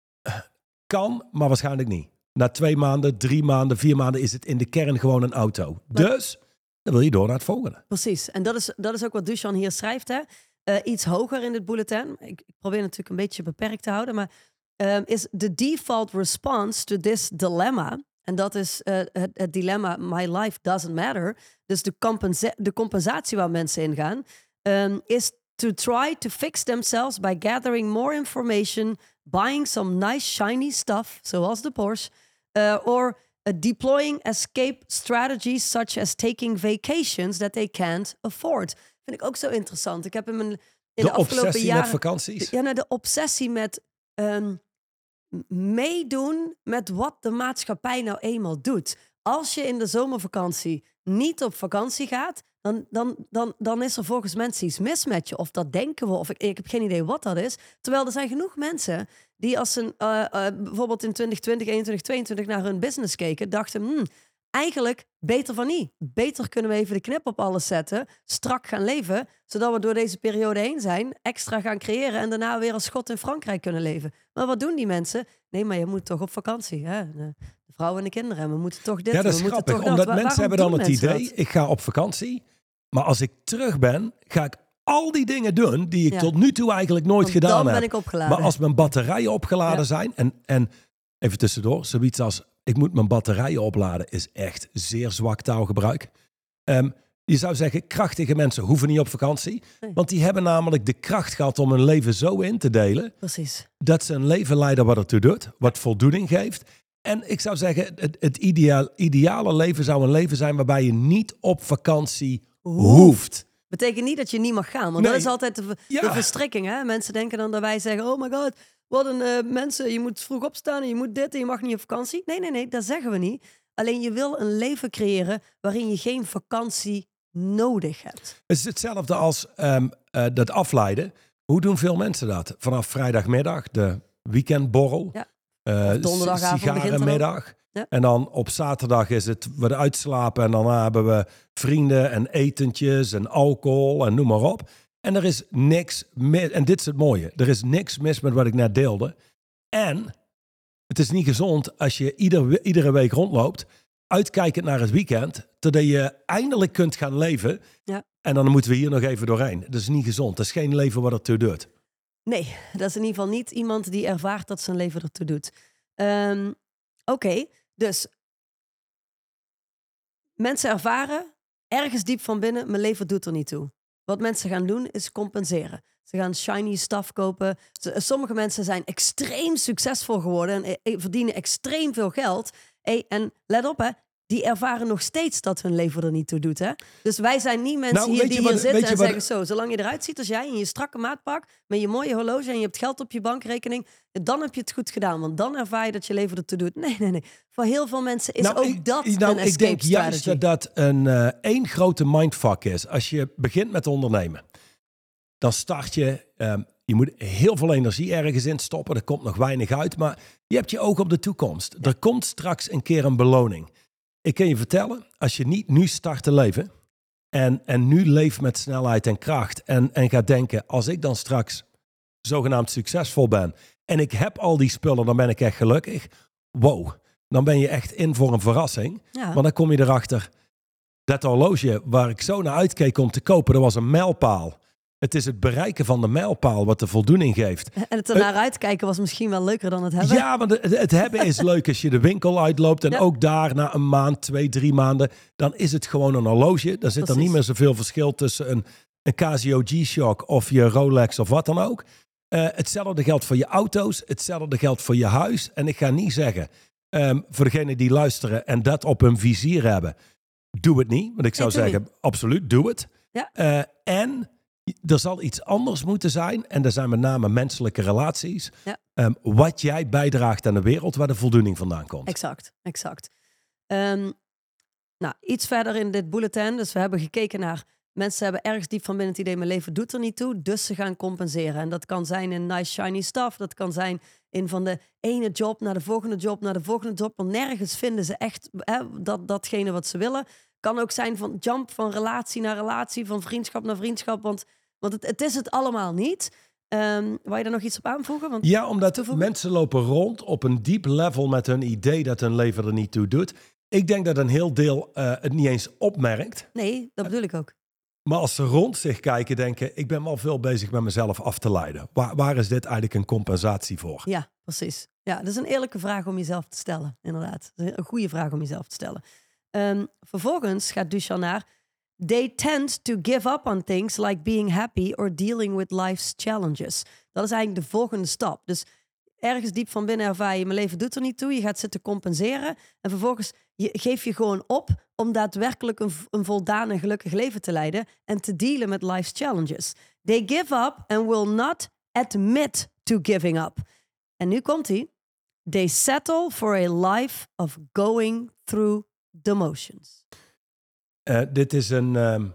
Kan, maar waarschijnlijk niet. Na twee maanden, drie maanden, vier maanden is het in de kern gewoon een auto. Maar, dus, dan wil je door naar het volgende. Precies, en dat is, dat is ook wat Duchamp hier schrijft, hè. Uh, iets hoger in dit bulletin. Ik, ik probeer natuurlijk een beetje beperkt te houden, maar uh, is the default response to this dilemma. En dat is uh, het, het dilemma, my life doesn't matter. Dus de, compensa- de compensatie waar mensen in gaan, um, is to try to fix themselves by gathering more information, buying some nice shiny stuff, zoals de Porsche, uh, or uh, deploying escape strategies such as taking vacations that they can't afford. Vind ik ook zo interessant. Ik heb in mijn in de, de afgelopen obsessie jaren, met vakanties. Ja, nou, de obsessie met um, meedoen met wat de maatschappij nou eenmaal doet. Als je in de zomervakantie niet op vakantie gaat, dan, dan, dan, dan is er volgens mensen iets mis met je. Of dat denken we, of ik, ik heb geen idee wat dat is. Terwijl er zijn genoeg mensen die als ze uh, uh, bijvoorbeeld in twintig twintig, eenentwintig, tweeëntwintig naar hun business keken, dachten, hmm, eigenlijk beter van niet. Beter kunnen we even de knip op alles zetten, strak gaan leven, zodat we door deze periode heen zijn, extra gaan creëren en daarna weer als schot in Frankrijk kunnen leven. Maar wat doen die mensen? Nee, maar je moet toch op vakantie. Hè? De vrouwen en de kinderen. En we moeten toch dit. Ja, dat is we grappig. Toch omdat dat. mensen hebben dan het idee, dat? ik ga op vakantie, maar als ik terug ben, ga ik al die dingen doen die ik ja. tot nu toe eigenlijk nooit Want gedaan dan heb. Ben ik opgeladen. Maar als mijn batterijen opgeladen ja. zijn en, en even tussendoor, zoiets als ik moet mijn batterijen opladen is echt zeer zwak taalgebruik. Um, je zou zeggen, krachtige mensen hoeven niet op vakantie. Nee. Want die hebben namelijk de kracht gehad om hun leven zo in te delen. Precies. Dat ze een leven leiden wat ertoe doet, wat voldoening geeft. En ik zou zeggen, het, het ideaal, ideale leven zou een leven zijn waarbij je niet op vakantie hoeft. Betekent niet dat je niet mag gaan. Want Nee. dat is altijd de, Ja. de verstrikking. Hè? Mensen denken dan dat wij zeggen... oh my god, wat een uh, mensen, je moet vroeg opstaan... en je moet dit en je mag niet op vakantie. Nee, nee, nee, dat zeggen we niet. Alleen je wil een leven creëren... waarin je geen vakantie nodig hebt. Het is hetzelfde als um, uh, dat afleiden. Hoe doen veel mensen dat? Vanaf vrijdagmiddag, de weekendborrel. Ja. Uh, donderdagavond sigarenmiddag. Ja. En dan op zaterdag is het wat uitslapen. En daarna hebben we vrienden en etentjes en alcohol en noem maar op. En er is niks mis. En dit is het mooie. Er is niks mis met wat ik net deelde. En het is niet gezond als je ieder, iedere week rondloopt... uitkijkend naar het weekend... totdat je eindelijk kunt gaan leven. Ja. En dan moeten we hier nog even doorheen. Dat is niet gezond. Dat is geen leven wat ertoe doet. Nee, dat is in ieder geval niet iemand die ervaart dat zijn leven ertoe doet. Um, Oké, okay, dus mensen ervaren ergens diep van binnen, mijn leven doet er niet toe. Wat mensen gaan doen is compenseren. Ze gaan shiny stuff kopen. Sommige mensen zijn extreem succesvol geworden en verdienen extreem veel geld. Hey, en let op, hè, die ervaren nog steeds dat hun leven er niet toe doet. Hè? Dus wij zijn niet mensen nou, hier die hier wat, zitten en wat, zeggen zo... zolang je eruit ziet als jij in je strakke maatpak... met je mooie horloge en je hebt geld op je bankrekening... dan heb je het goed gedaan. Want dan ervaar je dat je leven ertoe doet. Nee, nee, nee. Voor heel veel mensen is nou, ook ik, dat nou, een escape ik denk strategy. juist dat dat een uh, één grote mindfuck is. Als je begint met ondernemen... dan start je... Um, je moet heel veel energie ergens in stoppen. Er komt nog weinig uit. Maar je hebt je oog op de toekomst. Ja. Er komt straks een keer een beloning. Ik kan je vertellen, als je niet nu start te leven... en, en nu leeft met snelheid en kracht... En, en gaat denken, als ik dan straks zogenaamd succesvol ben... en ik heb al die spullen, dan ben ik echt gelukkig. Wow, dan ben je echt in voor een verrassing. Ja. Maar dan kom je erachter... dat horloge waar ik zo naar uitkeek om te kopen... dat was een mijlpaal. Het is het bereiken van de mijlpaal wat de voldoening geeft. En het ernaar uitkijken was misschien wel leuker dan het hebben. Ja, want het, het hebben is leuk als je de winkel uitloopt. En ja. ook daar na een maand, twee, drie maanden... dan is het gewoon een horloge. Daar zit er niet meer zoveel verschil tussen een, een Casio G-Shock... of je Rolex of wat dan ook. Uh, hetzelfde geldt voor je auto's. Hetzelfde geldt voor je huis. En ik ga niet zeggen, um, voor degenen die luisteren... en dat op hun vizier hebben... doe het niet. Want ik zou nee, zeggen, niet. absoluut, doe het. Ja. Uh, en... er zal iets anders moeten zijn. En dat zijn met name menselijke relaties. Ja. Um, wat jij bijdraagt aan de wereld waar de voldoening vandaan komt. Exact, exact. Um, nou, iets verder in dit bulletin. Dus we hebben gekeken naar... mensen hebben ergens diep van binnen het idee... mijn leven doet er niet toe, dus ze gaan compenseren. En dat kan zijn in nice shiny stuff. Dat kan zijn in van de ene job naar de volgende job... naar de volgende job. Want nergens vinden ze echt hè, dat, datgene wat ze willen... Kan ook zijn van jump van relatie naar relatie, van vriendschap naar vriendschap. Want, want het, het is het allemaal niet. Um, wou je daar nog iets op aanvoegen? Want ja, omdat mensen lopen rond op een diep level met hun idee dat hun leven er niet toe doet. Ik denk dat een heel deel uh, het niet eens opmerkt. Nee, dat bedoel ik ook. Maar als ze rond zich kijken, denken... ik ben wel veel bezig met mezelf af te leiden. Waar, waar is dit eigenlijk een compensatie voor? Ja, precies. Ja, dat is een eerlijke vraag om jezelf te stellen, inderdaad. Dat is een goede vraag om jezelf te stellen. Um, vervolgens gaat Duchamp naar... They tend to give up on things like being happy or dealing with life's challenges. Dat is eigenlijk de volgende stap. Dus ergens diep van binnen ervaar je... mijn leven doet er niet toe, je gaat zitten compenseren... en vervolgens je, geef je gewoon op... om daadwerkelijk een, een voldaan en gelukkig leven te leiden... en te dealen met life's challenges. They give up and will not admit to giving up. En nu komt hij. They settle for a life of going through the motions. Uh, dit is een, uh,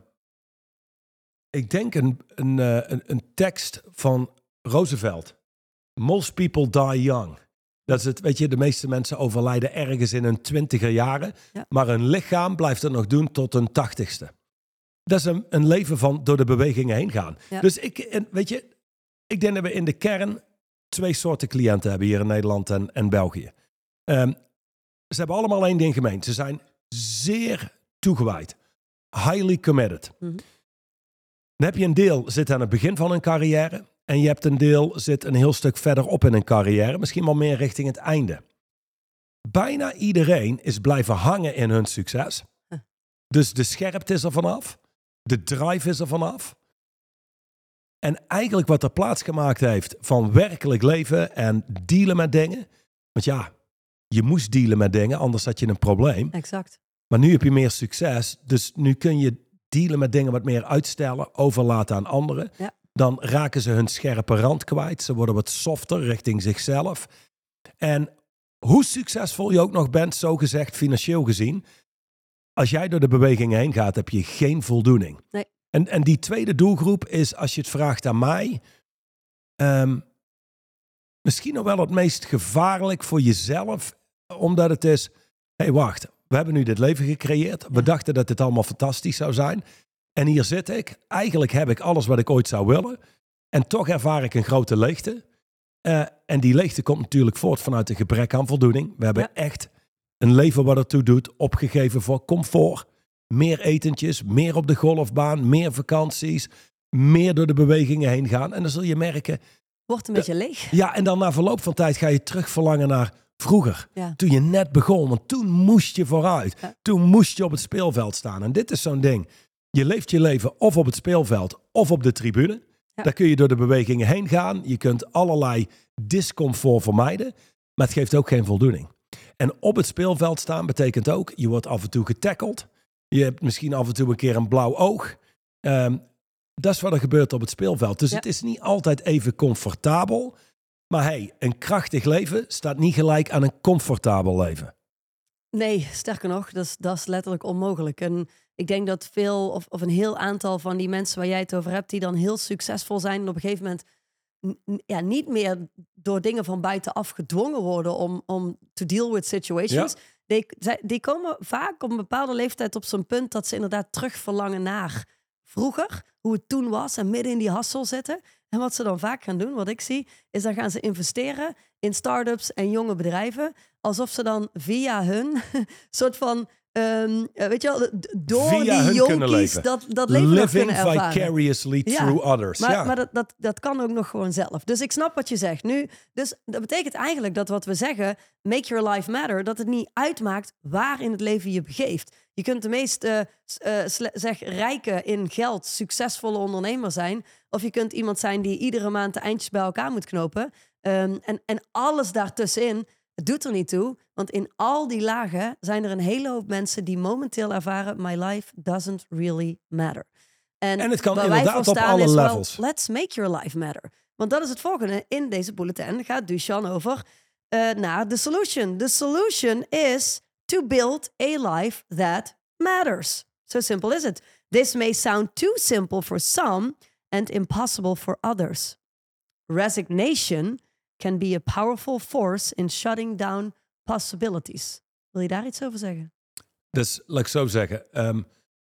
ik denk een, een, uh, een, een tekst van Roosevelt. Most people die young. Dat is het, weet je, de meeste mensen overlijden ergens in hun twintiger jaren. Ja. Maar hun lichaam blijft het nog doen tot hun tachtigste. Dat is een, een leven van door de bewegingen heen gaan. Ja. Dus ik, en weet je, ik denk dat we in de kern twee soorten cliënten hebben hier in Nederland en, en België. Um, ze hebben allemaal één ding gemeen. Ze zijn zeer toegewijd. Highly committed. Mm-hmm. Dan heb je een deel zit aan het begin van een carrière. En je hebt een deel zit een heel stuk verderop in een carrière. Misschien wel meer richting het einde. Bijna iedereen is blijven hangen in hun succes. Huh. Dus de scherpte is er vanaf. De drive is er vanaf. En eigenlijk wat er plaatsgemaakt heeft van werkelijk leven en dealen met dingen. Want ja, je moest dealen met dingen, anders had je een probleem. Exact. Maar nu heb je meer succes, dus nu kun je dealen met dingen wat meer uitstellen, overlaten aan anderen. Ja. Dan raken ze hun scherpe rand kwijt. Ze worden wat softer richting zichzelf. En hoe succesvol je ook nog bent, zogezegd financieel gezien, als jij door de beweging heen gaat, heb je geen voldoening. Nee. En, en die tweede doelgroep is, als je het vraagt aan mij, um, misschien nog wel het meest gevaarlijk voor jezelf, omdat het is, hé hey, wacht, we hebben nu dit leven gecreëerd. We ja. dachten dat dit allemaal fantastisch zou zijn. En hier zit ik. Eigenlijk heb ik alles wat ik ooit zou willen. En toch ervaar ik een grote leegte. Uh, en die leegte komt natuurlijk voort vanuit een gebrek aan voldoening. We hebben ja. echt een leven wat ertoe doet, opgegeven voor comfort. Meer etentjes, meer op de golfbaan, meer vakanties, meer door de bewegingen heen gaan. En dan zul je merken... Wordt een beetje leeg. Ja, en dan na verloop van tijd ga je terug verlangen naar vroeger. Ja. Toen je net begon, want toen moest je vooruit. Ja. Toen moest je op het speelveld staan. En dit is zo'n ding. Je leeft je leven of op het speelveld of op de tribune. Ja. Daar kun je door de bewegingen heen gaan. Je kunt allerlei discomfort vermijden. Maar het geeft ook geen voldoening. En op het speelveld staan betekent ook, je wordt af en toe getackeld. Je hebt misschien af en toe een keer een blauw oog. Um, dat is wat er gebeurt op het speelveld. Dus ja. het is niet altijd even comfortabel. Maar hey, een krachtig leven staat niet gelijk aan een comfortabel leven. Nee, sterker nog, dat is, dat is letterlijk onmogelijk. En ik denk dat veel of, of een heel aantal van die mensen waar jij het over hebt, die dan heel succesvol zijn en op een gegeven moment n- ja, niet meer door dingen van buitenaf gedwongen worden om, om to deal with situations. Ja. Die, die komen vaak op een bepaalde leeftijd op zo'n punt dat ze inderdaad terug verlangen naar vroeger, hoe het toen was en midden in die hustle zitten. En wat ze dan vaak gaan doen, wat ik zie, is dan gaan ze investeren in start-ups en jonge bedrijven, alsof ze dan via hun soort van, um, weet je wel, door via die jonkies dat, dat leven nog kunnen ervaren. Living vicariously ja, through others. Maar, ja. maar dat, dat, dat kan ook nog gewoon zelf. Dus ik snap wat je zegt nu. Dus dat betekent eigenlijk dat wat we zeggen, make your life matter, dat het niet uitmaakt waar in het leven je begeeft. Je kunt de meest uh, uh, sle- zeg, rijke in geld, succesvolle ondernemer zijn. Of je kunt iemand zijn die iedere maand de eindjes bij elkaar moet knopen. Um, en, en alles daartussenin, het doet er niet toe. Want in al die lagen zijn er een hele hoop mensen die momenteel ervaren, my life doesn't really matter. En, en het kan inderdaad op alle is, levels. Well, let's make your life matter. Want dat is het volgende. In deze bulletin gaat Dusan over uh, naar de solution. The solution is to build a life that matters. So simple is it. This may sound too simple for some and impossible for others. Resignation can be a powerful force in shutting down possibilities. Wil je daar iets over zeggen? Dus, laat ik zo zeggen. Um,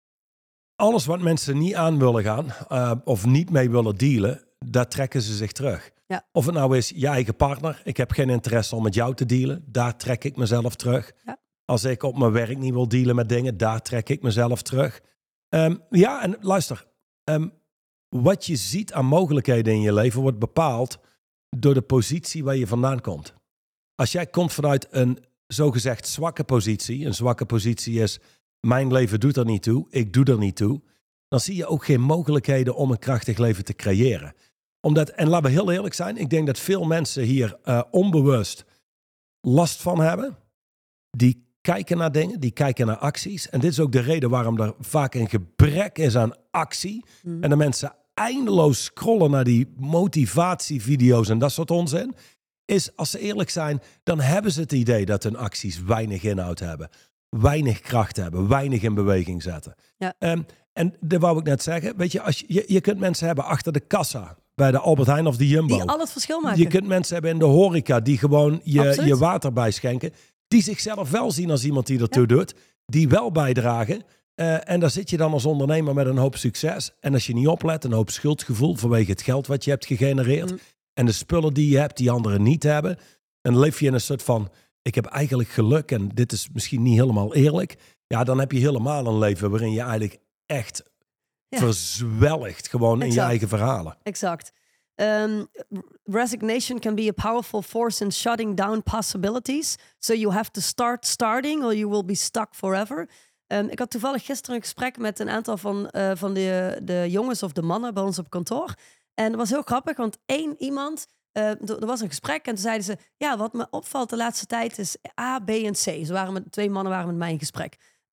alles wat mensen niet aan willen gaan uh, of niet mee willen dealen, daar trekken ze zich terug. Ja. Of het nou is je eigen partner. Ik heb geen interesse om met jou te dealen. Daar trek ik mezelf terug. Ja. Als ik op mijn werk niet wil dealen met dingen, daar trek ik mezelf terug. Um, ja, en luister. Um, wat je ziet aan mogelijkheden in je leven wordt bepaald door de positie waar je vandaan komt. Als jij komt vanuit een zogezegd zwakke positie, een zwakke positie is, mijn leven doet er niet toe, ik doe er niet toe, dan zie je ook geen mogelijkheden om een krachtig leven te creëren. Omdat, en laten we heel eerlijk zijn, ik denk dat veel mensen hier uh, onbewust last van hebben. Die kijken naar dingen, die kijken naar acties. En dit is ook de reden waarom er vaak een gebrek is aan actie. Mm. En de mensen eindeloos scrollen naar die motivatievideo's en dat soort onzin. Is, als ze eerlijk zijn, dan hebben ze het idee dat hun acties weinig inhoud hebben. Weinig kracht hebben, weinig in beweging zetten. Ja. Um, en dat wou ik net zeggen. Weet je, als je, je, je kunt mensen hebben achter de kassa bij de Albert Heijn of de Jumbo. Die al het verschil maken. Je kunt mensen hebben in de horeca die gewoon je, je water bijschenken. Die zichzelf wel zien als iemand die ertoe ja. doet. Die wel bijdragen. Uh, en daar zit je dan als ondernemer met een hoop succes. En als je niet oplet, een hoop schuldgevoel vanwege het geld wat je hebt gegenereerd. Mm. En de spullen die je hebt die anderen niet hebben. En dan leef je in een soort van, ik heb eigenlijk geluk en dit is misschien niet helemaal eerlijk. Ja, dan heb je helemaal een leven waarin je eigenlijk echt ja. verzwelgt gewoon exact. in je eigen verhalen. Exact. Um, resignation can be a powerful force in shutting down possibilities. So you have to start starting or you will be stuck forever. Um, ik had toevallig gisteren een gesprek met een aantal van, uh, van de, de jongens of de mannen bij ons op kantoor. En dat was heel grappig, want één iemand, uh, er was een gesprek en toen zeiden ze, ja, wat me opvalt de laatste tijd is A, B en C. Ze waren met, twee mannen waren met mij in gesprek.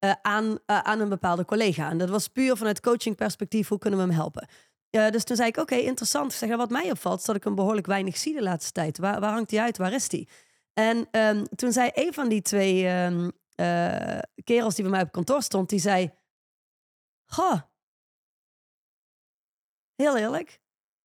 uh, aan, uh, aan een bepaalde collega. En dat was puur vanuit coachingperspectief, hoe kunnen we hem helpen? Uh, dus toen zei ik, oké, okay, interessant. Ik zeg, wat mij opvalt, is dat ik hem behoorlijk weinig zie de laatste tijd. Waar, waar hangt hij uit? Waar is hij? En um, toen zei een van die twee um, uh, kerels die bij mij op kantoor stond, die zei, goh, heel eerlijk,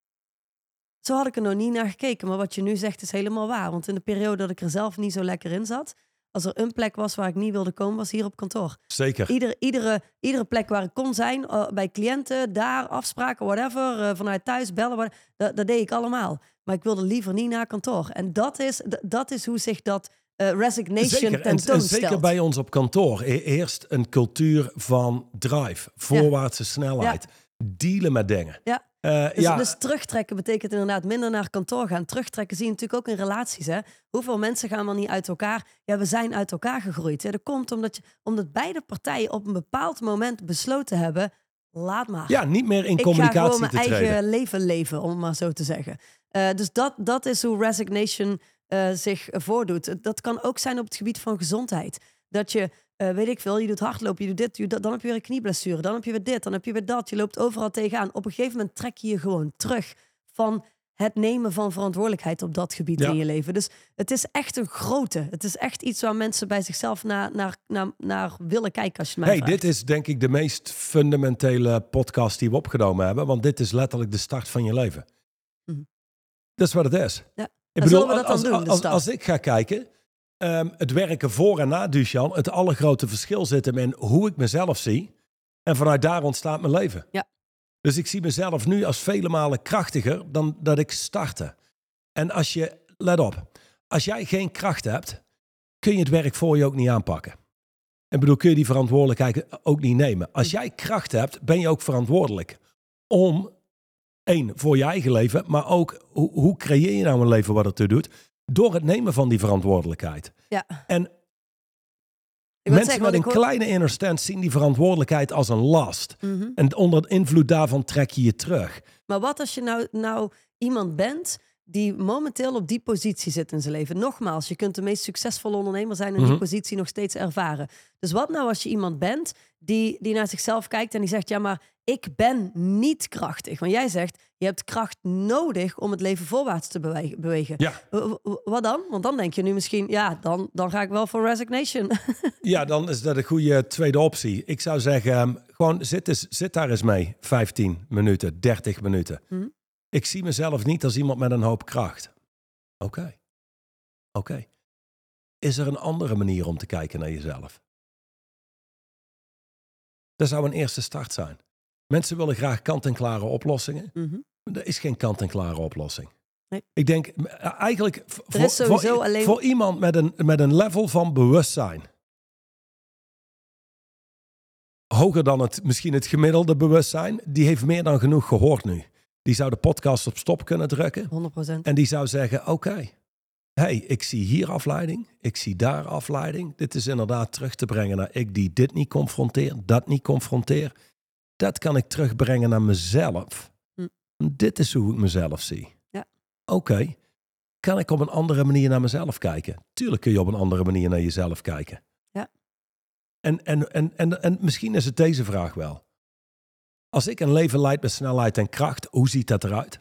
zo had ik er nog niet naar gekeken. Maar wat je nu zegt is helemaal waar. Want in de periode dat ik er zelf niet zo lekker in zat, als er een plek was waar ik niet wilde komen, was hier op kantoor. Zeker. Ieder, iedere, iedere plek waar ik kon zijn, uh, bij cliënten, daar, afspraken, whatever, uh, vanuit thuis, bellen, whatever, dat, dat deed ik allemaal. Maar ik wilde liever niet naar kantoor. En dat is, d- dat is hoe zich dat uh, resignation tentoonstelt. En, en zeker bij ons op kantoor. Eerst een cultuur van drive, voorwaartse ja. snelheid, ja. dealen met dingen. Ja. Uh, dus, ja. dus terugtrekken betekent inderdaad minder naar kantoor gaan. Terugtrekken zie je natuurlijk ook in relaties. Hè? Hoeveel mensen gaan wel niet uit elkaar? Ja, we zijn uit elkaar gegroeid. Hè? Dat komt omdat, je, omdat beide partijen op een bepaald moment besloten hebben, laat maar. Ja, niet meer in communicatie te treden. Ik ga gewoon mijn eigen leven leven, om maar zo te zeggen. Uh, dus dat, dat is hoe resignation uh, zich voordoet. Dat kan ook zijn op het gebied van gezondheid. Dat je, uh, weet ik veel, je doet hardlopen, je doet dit, je doet dat, dan heb je weer een knieblessure, dan heb je weer dit, dan heb je weer dat. Je loopt overal tegenaan. Op een gegeven moment trek je je gewoon terug van het nemen van verantwoordelijkheid op dat gebied ja. in je leven. Dus het is echt een grote. Het is echt iets waar mensen bij zichzelf naar, naar, naar, naar willen kijken, als je het mij hey, vraagt. Dit is denk ik de meest fundamentele podcast die we opgenomen hebben, want dit is letterlijk de start van je leven. Mm-hmm. Dat is wat het is. Ja. Ik bedoel, bedoel, we dat als, dan doen, als, als, als ik ga kijken, um, het werken voor en na Duchan, het allergrote verschil zit hem in hoe ik mezelf zie. En vanuit daar ontstaat mijn leven. Ja. Dus ik zie mezelf nu als vele malen krachtiger dan dat ik startte. En als je, let op, als jij geen kracht hebt, kun je het werk voor je ook niet aanpakken. En bedoel, kun je die verantwoordelijkheid ook niet nemen. Als jij kracht hebt, ben je ook verantwoordelijk om, één, voor je eigen leven, maar ook, hoe, hoe creëer je nou een leven wat ertoe doet? Door het nemen van die verantwoordelijkheid. Ja. En mensen zeggen, met een hoor... kleine inner stand zien die verantwoordelijkheid als een last. Mm-hmm. En onder invloed daarvan trek je je terug. Maar wat als je nou, nou iemand bent die momenteel op die positie zit in zijn leven? Nogmaals, je kunt de meest succesvolle ondernemer zijn en mm-hmm. die positie nog steeds ervaren. Dus wat nou als je iemand bent die, die naar zichzelf kijkt en die zegt, ja, maar ik ben niet krachtig. Want jij zegt, je hebt kracht nodig om het leven voorwaarts te bewegen. Ja. W- w- wat dan? Want dan denk je nu misschien, ja, dan, dan ga ik wel voor resignation. Ja, dan is dat een goede tweede optie. Ik zou zeggen, gewoon zit, eens, zit daar eens mee. vijftien minuten, dertig minuten. Mm-hmm. Ik zie mezelf niet als iemand met een hoop kracht. Oké. Okay. Oké. Okay. Is er een andere manier om te kijken naar jezelf? Dat zou een eerste start zijn. Mensen willen graag kant-en-klare oplossingen. Mm-hmm. Er is geen kant-en-klare oplossing. Nee. Ik denk eigenlijk voor, is sowieso voor, alleen... voor iemand met een, met een level van bewustzijn. Hoger dan het, misschien het gemiddelde bewustzijn. Die heeft meer dan genoeg gehoord nu. Die zou de podcast op stop kunnen drukken. honderd procent. En die zou zeggen, oké. Okay, hey, ik zie hier afleiding. Ik zie daar afleiding. Dit is inderdaad terug te brengen naar ik die dit niet confronteer. Dat niet confronteer. Dat kan ik terugbrengen naar mezelf. Hm. Dit is hoe ik mezelf zie. Ja. Oké. Okay, kan ik op een andere manier naar mezelf kijken? Tuurlijk kun je op een andere manier naar jezelf kijken. Ja. En, en, en, en, en misschien is het deze vraag wel. Als ik een leven leid met snelheid en kracht, hoe ziet dat eruit?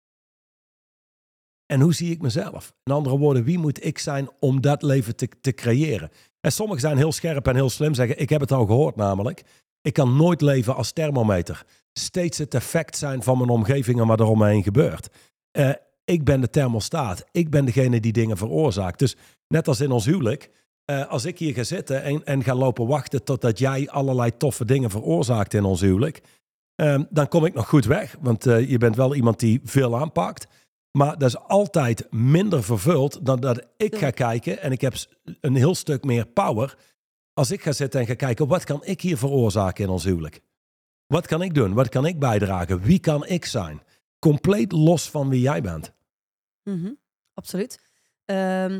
En hoe zie ik mezelf? In andere woorden, wie moet ik zijn om dat leven te, te creëren? En sommigen zijn heel scherp en heel slim, zeggen, ik heb het al gehoord namelijk. Ik kan nooit leven als thermometer. Steeds het effect zijn van mijn omgeving en wat er om me heen gebeurt. Uh, ik ben de thermostaat. Ik ben degene die dingen veroorzaakt. Dus net als in ons huwelijk, uh, als ik hier ga zitten en, en ga lopen wachten totdat jij allerlei toffe dingen veroorzaakt in ons huwelijk, uh, dan kom ik nog goed weg. Want uh, je bent wel iemand die veel aanpakt. Maar dat is altijd minder vervuld dan dat ik ga kijken. En ik heb een heel stuk meer power als ik ga zitten en ga kijken, wat kan ik hier veroorzaken in ons huwelijk? Wat kan ik doen? Wat kan ik bijdragen? Wie kan ik zijn? Compleet los van wie jij bent. Mm-hmm. Absoluut. Um,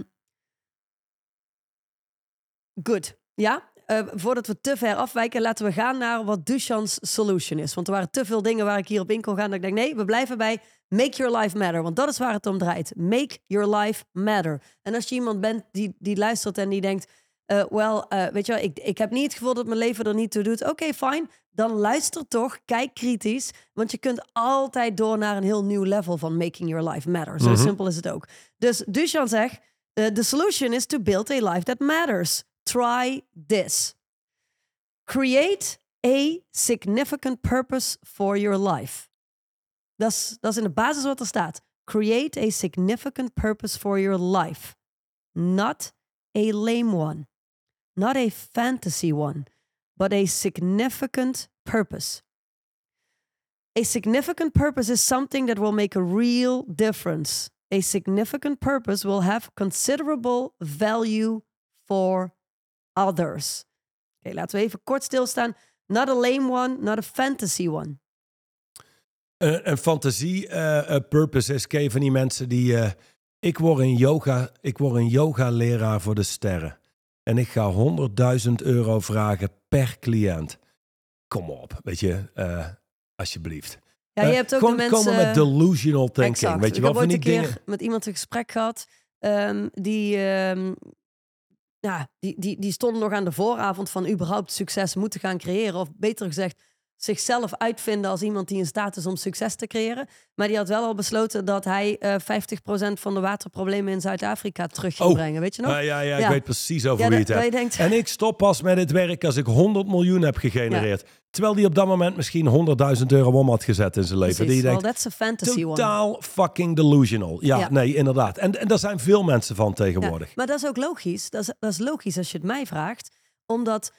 good. Ja, uh, voordat we te ver afwijken, laten we gaan naar wat Duchan's solution is. Want er waren te veel dingen waar ik hier op in kon gaan dat ik denk, nee, we blijven bij make your life matter. Want dat is waar het om draait. Make your life matter. En als je iemand bent die, die luistert en die denkt, Uh, wel, uh, weet je wel, ik, ik heb niet het gevoel dat mijn leven er niet toe doet. Oké, okay, fijn. Dan luister toch, kijk kritisch. Want je kunt altijd door naar een heel nieuw level van making your life matter. Zo mm-hmm. simpel is het ook. Dus Duchan zegt, uh, the solution is to build a life that matters. Try this. Create a significant purpose for your life. Dat is, dat is in de basis wat er staat. Create a significant purpose for your life. Not a lame one. Not a fantasy one. But a significant purpose. A significant purpose is something that will make a real difference. A significant purpose will have considerable value for others. Oké, okay, laten we even kort stilstaan. Not a lame one, not a fantasy one. Uh, een fantasie uh, uh, purpose is, ken je van die mensen die... Uh, ik word een yoga, ik word een yoga-leraar voor de sterren. En ik ga honderdduizend euro vragen per cliënt. Kom op, weet je, uh, alsjeblieft. Ja, je hebt ook uh, de mensen... Komen met delusional thinking. Exact. Weet je ik wel, heb ooit van die een dingen... keer met iemand een gesprek gehad... Um, die, um, ja, die, die, die stond nog aan de vooravond van überhaupt succes moeten gaan creëren. Of beter gezegd, zichzelf uitvinden als iemand die in staat is om succes te creëren. Maar die had wel al besloten dat hij uh, vijftig procent van de waterproblemen in Zuid-Afrika terug ging oh. brengen. Weet je nog? Uh, ja, ja, ik ja. weet precies over ja, wie het hebt. Denkt... En ik stop pas met dit werk als ik honderd miljoen heb gegenereerd. Ja. Terwijl die op dat moment misschien honderdduizend euro om had gezet in zijn leven. Precies. Die well, denkt, that's a fantasy totaal one. fucking delusional. Ja, ja, nee, inderdaad. En, en daar zijn veel mensen van tegenwoordig. Ja, maar dat is ook logisch. Dat is, dat is logisch als je het mij vraagt. Omdat...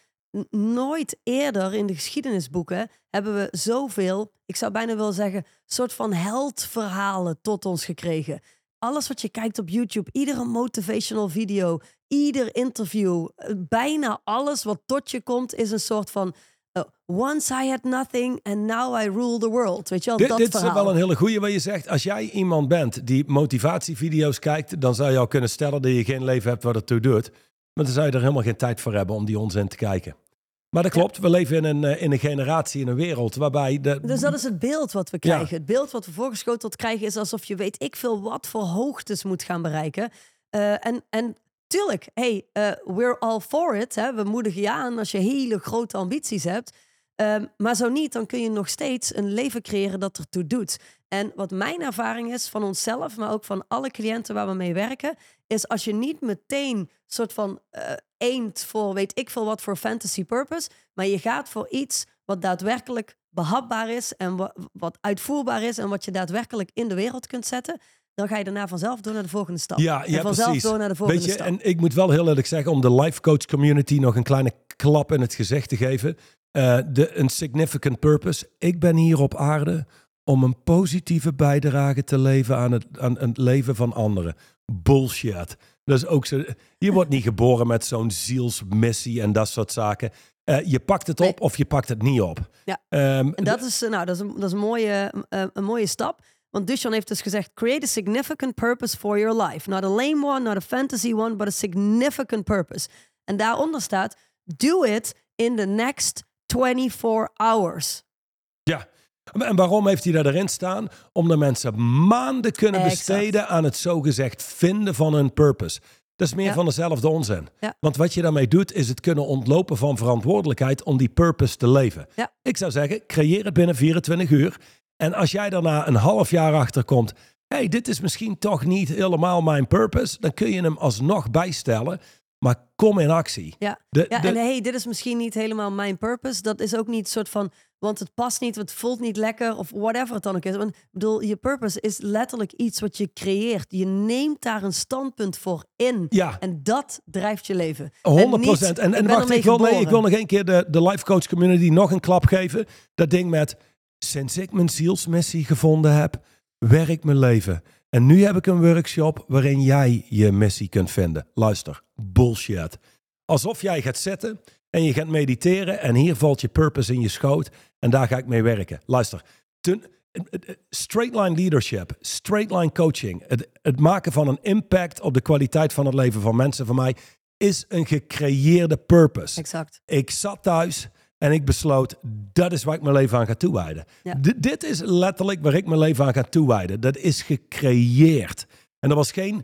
nooit eerder in de geschiedenisboeken hebben we zoveel, ik zou bijna willen zeggen, soort van heldverhalen tot ons gekregen. Alles wat je kijkt op YouTube, iedere motivational video, ieder interview, bijna alles wat tot je komt is een soort van uh, once I had nothing and now I rule the world. Weet je wel, dit, dat dit verhaal. is wel een hele goeie wat je zegt. Als jij iemand bent die motivatievideo's kijkt, dan zou je al kunnen stellen dat je geen leven hebt wat het toe doet. Maar dan zou je er helemaal geen tijd voor hebben om die onzin te kijken. Maar dat klopt, ja. We leven in een, in een generatie, in een wereld waarbij... De... Dus dat is het beeld wat we krijgen. Ja. Het beeld wat we voorgeschoteld krijgen is alsof je weet ik veel wat voor hoogtes moet gaan bereiken. Uh, en, en tuurlijk, hey, uh, we're all for it. Hè? We moedigen je aan als je hele grote ambities hebt. Um, maar zo niet, dan kun je nog steeds een leven creëren dat ertoe doet. En wat mijn ervaring is van onszelf, maar ook van alle cliënten waar we mee werken, is als je niet meteen soort van uh, aimt voor weet ik veel wat voor fantasy purpose, maar je gaat voor iets wat daadwerkelijk behapbaar is en wa- wat uitvoerbaar is en wat je daadwerkelijk in de wereld kunt zetten, dan ga je daarna vanzelf door naar de volgende stap. Ja, en ja vanzelf precies. door naar de volgende Weet je, stap. en ik moet wel heel eerlijk zeggen, om de life coach community nog een kleine klap in het gezicht te geven. Uh, de, een significant purpose. Ik ben hier op aarde om een positieve bijdrage te leveren aan het, aan het leven van anderen. Bullshit. Dat is ook zo, je wordt niet geboren met zo'n zielsmissie en dat soort zaken. Uh, je pakt het op nee. of je pakt het niet op. Ja. Um, en dat is, nou, dat is, een, dat is een, mooie, uh, een mooie stap. Want Duchan heeft dus gezegd, create a significant purpose for your life. Not a lame one, not a fantasy one, but a significant purpose. En daaronder staat, do it in the next twenty-four hours. Ja, en waarom heeft hij daar erin staan? Omdat mensen maanden kunnen exact. besteden aan het zogezegd vinden van hun purpose. Dat is meer ja. van dezelfde onzin. Ja. Want wat je daarmee doet, is het kunnen ontlopen van verantwoordelijkheid om die purpose te leven. Ja. Ik zou zeggen, creëer het binnen vierentwintig uur. En als jij daarna een half jaar achterkomt, hey, dit is misschien toch niet helemaal mijn purpose, dan kun je hem alsnog bijstellen. Maar kom in actie. Ja, de, ja de... en hey, dit is misschien niet helemaal mijn purpose. Dat is ook niet soort van, want het past niet, het voelt niet lekker of whatever het dan ook is. Want, ik bedoel, je purpose is letterlijk iets wat je creëert. Je neemt daar een standpunt voor in. Ja. En dat drijft je leven. honderd procent. En, en, en wacht, ik wil, nee, ik wil nog één keer de, de life coach community nog een klap geven. Dat ding met, sinds ik mijn zielsmissie gevonden heb, werkt mijn leven. En nu heb ik een workshop waarin jij je missie kunt vinden. Luister, bullshit. Alsof jij gaat zitten en je gaat mediteren en hier valt je purpose in je schoot en daar ga ik mee werken. Luister, ten, straight line leadership, straight line coaching, het, het maken van een impact op de kwaliteit van het leven van mensen, van mij, is een gecreëerde purpose. Exact. Ik zat thuis en ik besloot, dat is waar ik mijn leven aan ga toewijden. Ja. D- dit is letterlijk waar ik mijn leven aan ga toewijden. Dat is gecreëerd. En dat was geen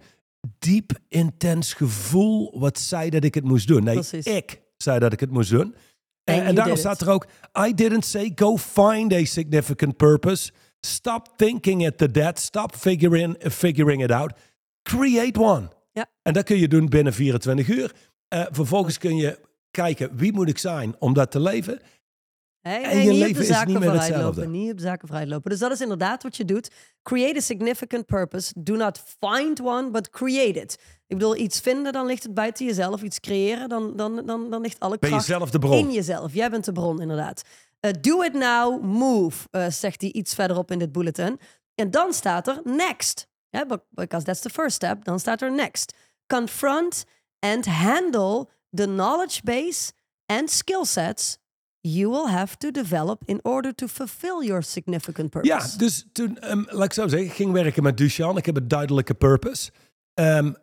diep intens gevoel wat zei dat ik het moest doen. Nee, Precies. ik zei dat ik het moest doen. And Uh, en daarom did staat it. er ook, I didn't say go find a significant purpose. Stop thinking it to death. Stop figuring, figuring it out. Create one. Ja. En dat kun je doen binnen vierentwintig uur. Uh, vervolgens kun je kijken, wie moet ik zijn om dat te leven? Hey, En nee, je niet leven op de is zaken niet meer vooruit hetzelfde. lopen, niet op de zaken vooruit lopen. Dus dat is inderdaad wat je doet. Create a significant purpose. Do not find one, but create it. Ik bedoel, iets vinden, dan ligt het buiten jezelf. Iets creëren, dan, dan, dan, dan ligt alle Ben je kracht zelf de bron? in jezelf. Jij bent de bron, inderdaad. Uh, do it now, move, uh, zegt hij iets verderop in dit bulletin. En dan staat er next. Yeah, because that's the first step. Dan staat er next. Confront and handle the knowledge base and skill sets you will have to develop in order to fulfill your significant purpose. Ja, dus toen, um, laat ik zo zeggen, ik ging werken met Duchan. Ik heb een duidelijke purpose. Um,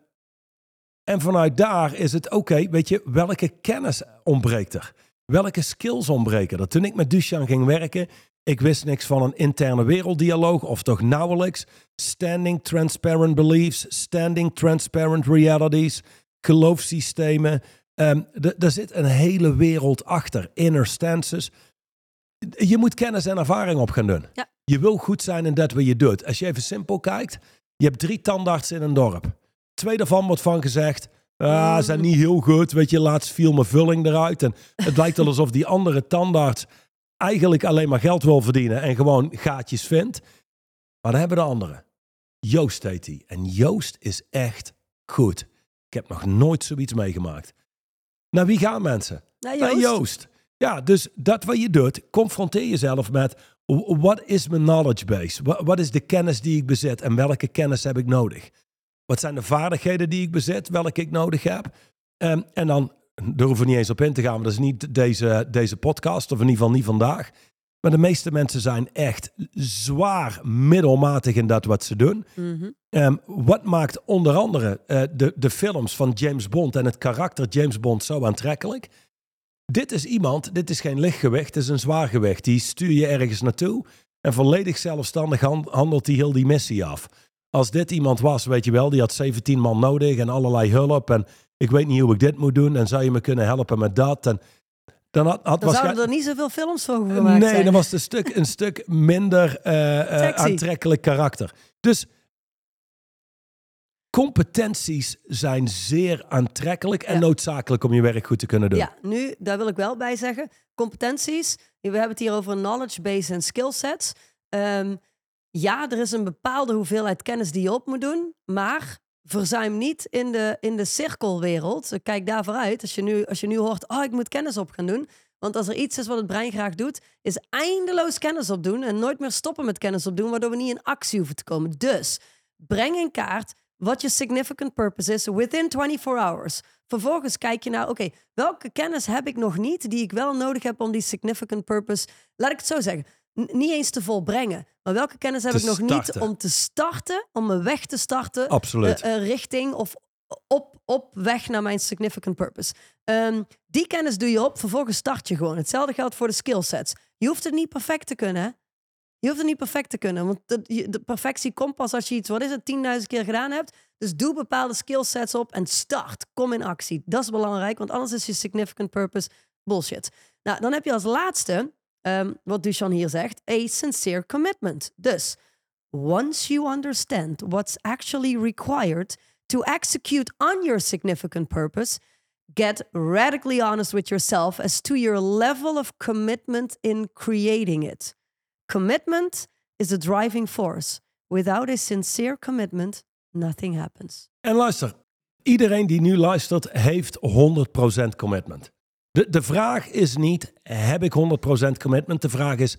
en vanuit daar is het, oké, okay, weet je, welke kennis ontbreekt er? Welke skills ontbreken er? Toen ik met Duchan ging werken, ik wist niks van een interne werelddialoog, of toch nauwelijks. Standing transparent beliefs, standing transparent realities, geloofssystemen. Um, d- er zit een hele wereld achter. Inner stances. Je moet kennis en ervaring op gaan doen. Ja. Je wil goed zijn in dat wat je doet. Als je even simpel kijkt. Je hebt drie tandartsen in een dorp. Twee daarvan wordt van gezegd. Ah, zijn niet heel goed. Weet je, laatst viel mijn vulling eruit. En het lijkt wel alsof die andere tandarts eigenlijk alleen maar geld wil verdienen. En gewoon gaatjes vindt. Maar dan hebben we de andere. Joost heet die. En Joost is echt goed. Ik heb nog nooit zoiets meegemaakt. Naar wie gaan mensen? Naar Naar Joost. Joost. Ja, dus dat wat je doet, confronteer jezelf met... Wat is mijn knowledge base? Wat, wat is de kennis die ik bezit? En welke kennis heb ik nodig? Wat zijn de vaardigheden die ik bezit? Welke ik nodig heb? Um, en dan, daar hoeven we niet eens op in te gaan... want dat is niet deze, deze podcast, of in ieder geval niet vandaag. Maar de meeste mensen zijn echt zwaar middelmatig in dat wat ze doen. Mm-hmm. Um, wat maakt onder andere uh, de, de films van James Bond en het karakter James Bond zo aantrekkelijk? Dit is iemand, dit is geen lichtgewicht, dit is een zwaargewicht. Die stuur je ergens naartoe en volledig zelfstandig handelt hij heel die missie af. Als dit iemand was, weet je wel, die had zeventien man nodig en allerlei hulp. En ik weet niet hoe ik dit moet doen en zou je me kunnen helpen met dat? En dan had, had Dan zouden er niet zoveel films voor gemaakt nee, zijn. dan was het een stuk, een stuk minder uh, uh, aantrekkelijk karakter. Dus competenties zijn zeer aantrekkelijk en ja. noodzakelijk om je werk goed te kunnen doen. Ja, nu, daar wil ik wel bij zeggen. Competenties, we hebben het hier over knowledge base en skill sets. Um, ja, er is een bepaalde hoeveelheid kennis die je op moet doen, maar verzuim niet in de, in de cirkelwereld. Kijk daar vooruit. Als je, nu, als je nu hoort, oh, ik moet kennis op gaan doen. Want als er iets is wat het brein graag doet, is eindeloos kennis opdoen en nooit meer stoppen met kennis opdoen, waardoor we niet in actie hoeven te komen. Dus breng in kaart wat je significant purpose is within twenty-four hours. Vervolgens kijk je naar, oké, okay, welke kennis heb ik nog niet die ik wel nodig heb om die significant purpose, laat ik het zo zeggen, n- niet eens te volbrengen. Maar welke kennis heb te ik nog starten. niet om te starten, om me weg te starten. Absoluut. Uh, uh, richting of op, op weg naar mijn significant purpose. Um, die kennis doe je op, vervolgens start je gewoon. Hetzelfde geldt voor de skillsets. Je hoeft het niet perfect te kunnen, hè? Je hoeft het niet perfect te kunnen, want de, de perfectie komt pas als je iets, wat is het, tienduizend keer gedaan hebt. Dus doe bepaalde skillsets op en start. Kom in actie. Dat is belangrijk, want anders is je significant purpose bullshit. Nou, dan heb je als laatste, um, wat Duchan hier zegt, a sincere commitment. Dus, once you understand what's actually required to execute on your significant purpose, get radically honest with yourself as to your level of commitment in creating it. Commitment is a driving force. Without a sincere commitment, nothing happens. En luister, iedereen die nu luistert heeft honderd procent commitment. De, de vraag is niet, heb ik honderd procent commitment? De vraag is,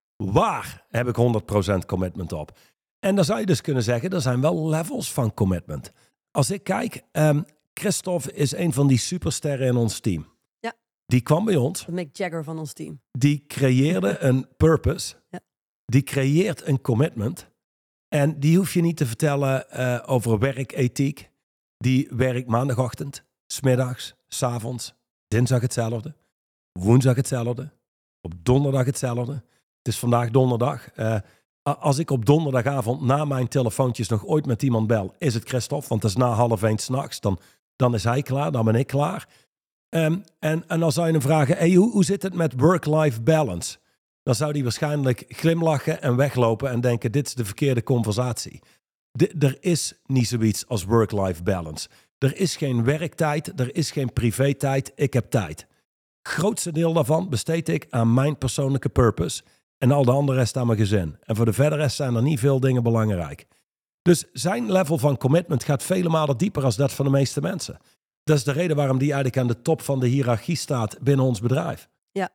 waar heb ik honderd procent commitment op? En dan zou je dus kunnen zeggen, er zijn wel levels van commitment. Als ik kijk, um, Christophe is een van die supersterren in ons team. Ja. Die kwam bij ons. De Mick Jagger van ons team. Die creëerde een purpose. Ja. Die creëert een commitment. En die hoef je niet te vertellen uh, over werkethiek. Die werkt maandagochtend, 's middags, 's avonds, dinsdag hetzelfde, woensdag hetzelfde, op donderdag hetzelfde. Het is vandaag donderdag. Uh, als ik op donderdagavond na mijn telefoontjes nog ooit met iemand bel, is het Christophe, want dat is na half één 's nachts. Dan, dan is hij klaar, dan ben ik klaar. Um, en, en dan zou je hem vragen, hey, hoe, hoe zit het met work-life balance? Dan zou hij waarschijnlijk glimlachen en weglopen en denken, dit is de verkeerde conversatie. De, er is niet zoiets als work-life balance. Er is geen werktijd, er is geen privé-tijd, ik heb tijd. Het grootste deel daarvan besteed ik aan mijn persoonlijke purpose en al de andere rest aan mijn gezin. En voor de verdere rest zijn er niet veel dingen belangrijk. Dus zijn level van commitment gaat vele malen dieper als dat van de meeste mensen. Dat is de reden waarom die eigenlijk aan de top van de hiërarchie staat binnen ons bedrijf. Ja.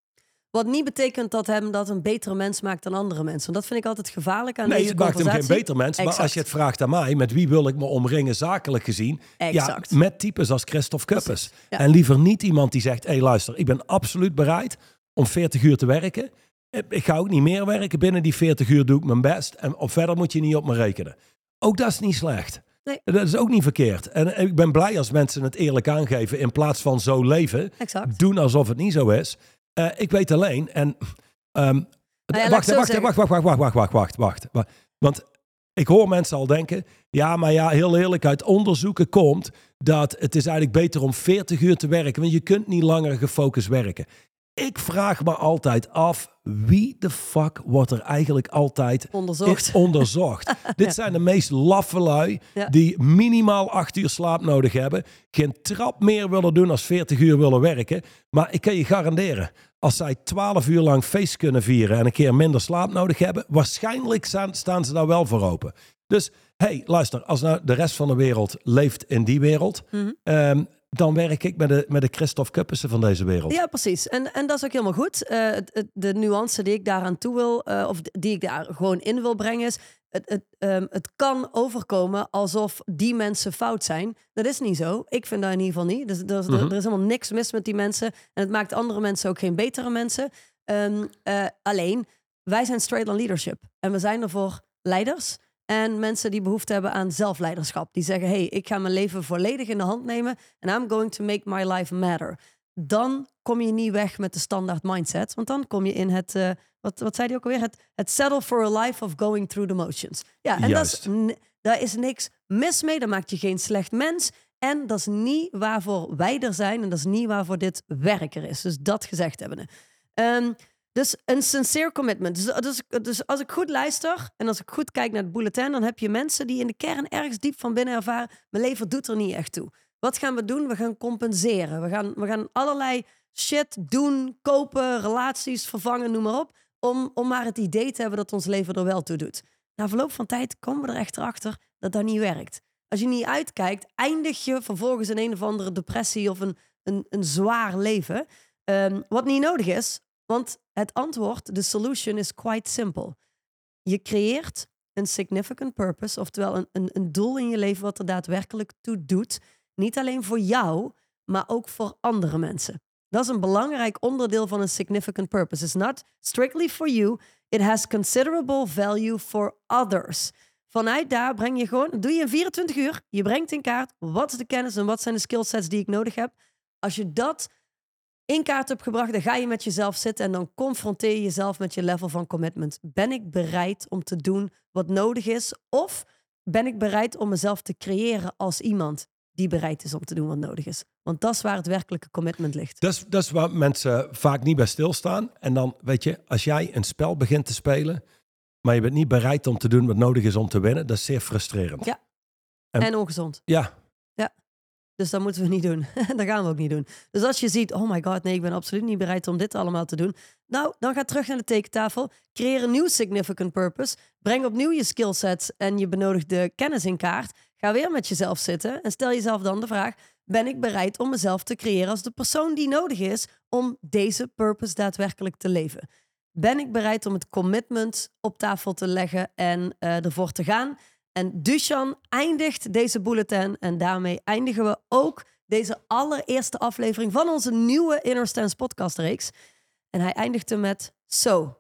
Wat niet betekent dat hem dat een betere mens maakt dan andere mensen. Want dat vind ik altijd gevaarlijk aan nee, deze conversatie. Nee, het maakt hem geen beter mens. Exact. Maar als je het vraagt aan mij, met wie wil ik me omringen zakelijk gezien? Exact. Ja, met types als Christophe Kuppers. Ja. En liever niet iemand die zegt, hé hey, luister, ik ben absoluut bereid om veertig uur te werken. Ik ga ook niet meer werken. Binnen die veertig uur doe ik mijn best. En op verder moet je niet op me rekenen. Ook dat is niet slecht. Nee. Dat is ook niet verkeerd. En ik ben blij als mensen het eerlijk aangeven in plaats van zo leven. Exact. Doen alsof het niet zo is. Uh, ik weet alleen... En, um, nou ja, wacht, wacht, wacht, wacht, wacht, wacht, wacht, wacht, wacht, wacht, wacht. Want ik hoor mensen al denken... Ja, maar ja, heel eerlijk, uit onderzoeken komt... dat het is eigenlijk beter om veertig uur te werken. Want je kunt niet langer gefocust werken. Ik vraag me altijd af, wie de fuck wordt er eigenlijk altijd onderzocht? onderzocht? Dit ja. zijn de meest laffe lui ja. die minimaal acht uur slaap nodig hebben. Geen trap meer willen doen als veertig uur willen werken. Maar ik kan je garanderen, als zij twaalf uur lang feest kunnen vieren en een keer minder slaap nodig hebben, waarschijnlijk staan, staan ze daar wel voor open. Dus, hey, luister, als nou de rest van de wereld leeft in die wereld... Mm-hmm. Um, dan werk ik met de, met de Christophe Kuppersen van deze wereld. Ja, precies. En, en dat is ook helemaal goed. Uh, het, het, de nuance die ik daaraan toe wil, uh, of die ik daar gewoon in wil brengen is... Het, het, um, het kan overkomen alsof die mensen fout zijn. Dat is niet zo. Ik vind dat in ieder geval niet. Dus, er, mm-hmm. er, er is helemaal niks mis met die mensen. En het maakt andere mensen ook geen betere mensen. Um, uh, alleen, wij zijn Straight Line Leadership. En we zijn er voor leiders... En mensen die behoefte hebben aan zelfleiderschap. Die zeggen, hey, ik ga mijn leven volledig in de hand nemen. And I'm going to make my life matter. Dan kom je niet weg met de standaard mindset. Want dan kom je in het, uh, wat, wat zei hij ook alweer? Het, het settle for a life of going through the motions. Ja, en dat is, daar is niks mis mee. Dat maakt je geen slecht mens. En dat is niet waarvoor wij er zijn. En dat is niet waarvoor dit werk er is. Dus dat gezegd hebben. Um, Dus een sincere commitment. Dus, dus, dus als ik goed luister en als ik goed kijk naar het bulletin... dan heb je mensen die in de kern ergens diep van binnen ervaren... mijn leven doet er niet echt toe. Wat gaan we doen? We gaan compenseren. We gaan, we gaan allerlei shit doen, kopen, relaties vervangen, noem maar op... Om, om maar het idee te hebben dat ons leven er wel toe doet. Na verloop van tijd komen we er echt achter dat dat niet werkt. Als je niet uitkijkt, eindig je vervolgens in een of andere depressie... of een, een, een zwaar leven. Um, wat niet nodig is... Want het antwoord, de solution, is quite simple. Je creëert een significant purpose, oftewel een, een, een doel in je leven wat er daadwerkelijk toe doet. Niet alleen voor jou, maar ook voor andere mensen. Dat is een belangrijk onderdeel van een significant purpose. It's not strictly for you. It has considerable value for others. Vanuit daar breng je gewoon, doe je in vierentwintig uur. Je brengt in kaart, wat is de kennis en wat zijn de skillsets die ik nodig heb. Als je dat... in kaart hebt gebracht, dan ga je met jezelf zitten en dan confronteer je jezelf met je level van commitment. Ben ik bereid om te doen wat nodig is? Of ben ik bereid om mezelf te creëren als iemand die bereid is om te doen wat nodig is? Want dat is waar het werkelijke commitment ligt. Dat is, dat is waar mensen vaak niet bij stilstaan. En dan, weet je, als jij een spel begint te spelen, maar je bent niet bereid om te doen wat nodig is om te winnen, dat is zeer frustrerend. Ja, en, en ongezond. Ja. Ja. Dus dat moeten we niet doen. Dat gaan we ook niet doen. Dus als je ziet, oh my god, nee, ik ben absoluut niet bereid om dit allemaal te doen. Nou, dan ga terug naar de tekentafel. Creëer een nieuw significant purpose. Breng opnieuw je skillsets en je benodigde kennis in kaart. Ga weer met jezelf zitten en stel jezelf dan de vraag, ben ik bereid om mezelf te creëren als de persoon die nodig is om deze purpose daadwerkelijk te leven? Ben ik bereid om het commitment op tafel te leggen en uh, ervoor te gaan? En Dusan eindigt deze bulletin en daarmee eindigen we ook deze allereerste aflevering van onze nieuwe Inner Stance podcastreeks. En hij eindigde met, so,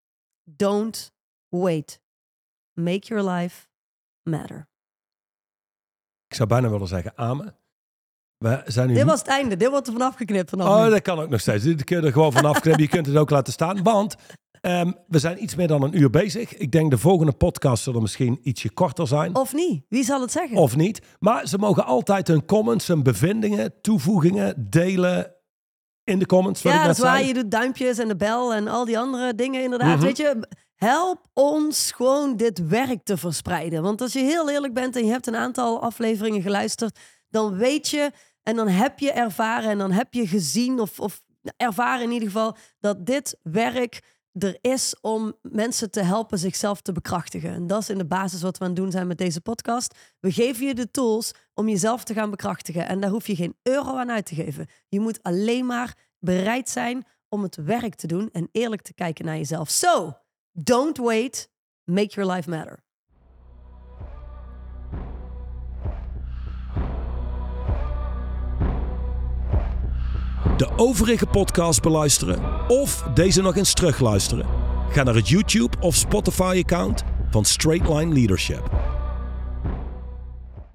don't wait. Make your life matter. Ik zou bijna willen zeggen amen. We zijn nu... Dit was het einde, dit wordt er vanaf geknipt. Vanaf oh, nu. Dat kan ook nog steeds. Dit kun je er gewoon vanaf knippen. Je kunt het ook laten staan, want... Um, we zijn iets meer dan een uur bezig. Ik denk de volgende podcast zullen misschien ietsje korter zijn. Of niet. Wie zal het zeggen? Of niet. Maar ze mogen altijd hun comments, hun bevindingen, toevoegingen delen in de comments. Ja, dat is waar. Je doet duimpjes en de bel en al die andere dingen inderdaad. Mm-hmm. Weet je, help ons gewoon dit werk te verspreiden. Want als je heel eerlijk bent en je hebt een aantal afleveringen geluisterd, dan weet je en dan heb je ervaren en dan heb je gezien of, of ervaren in ieder geval dat dit werk er is om mensen te helpen zichzelf te bekrachtigen. En dat is in de basis wat we aan het doen zijn met deze podcast. We geven je de tools om jezelf te gaan bekrachtigen. En daar hoef je geen euro aan uit te geven. Je moet alleen maar bereid zijn om het werk te doen en eerlijk te kijken naar jezelf. So, don't wait. Make your life matter. De overige podcast beluisteren of deze nog eens terugluisteren? Ga naar het YouTube of Spotify account van Straight Line Leadership.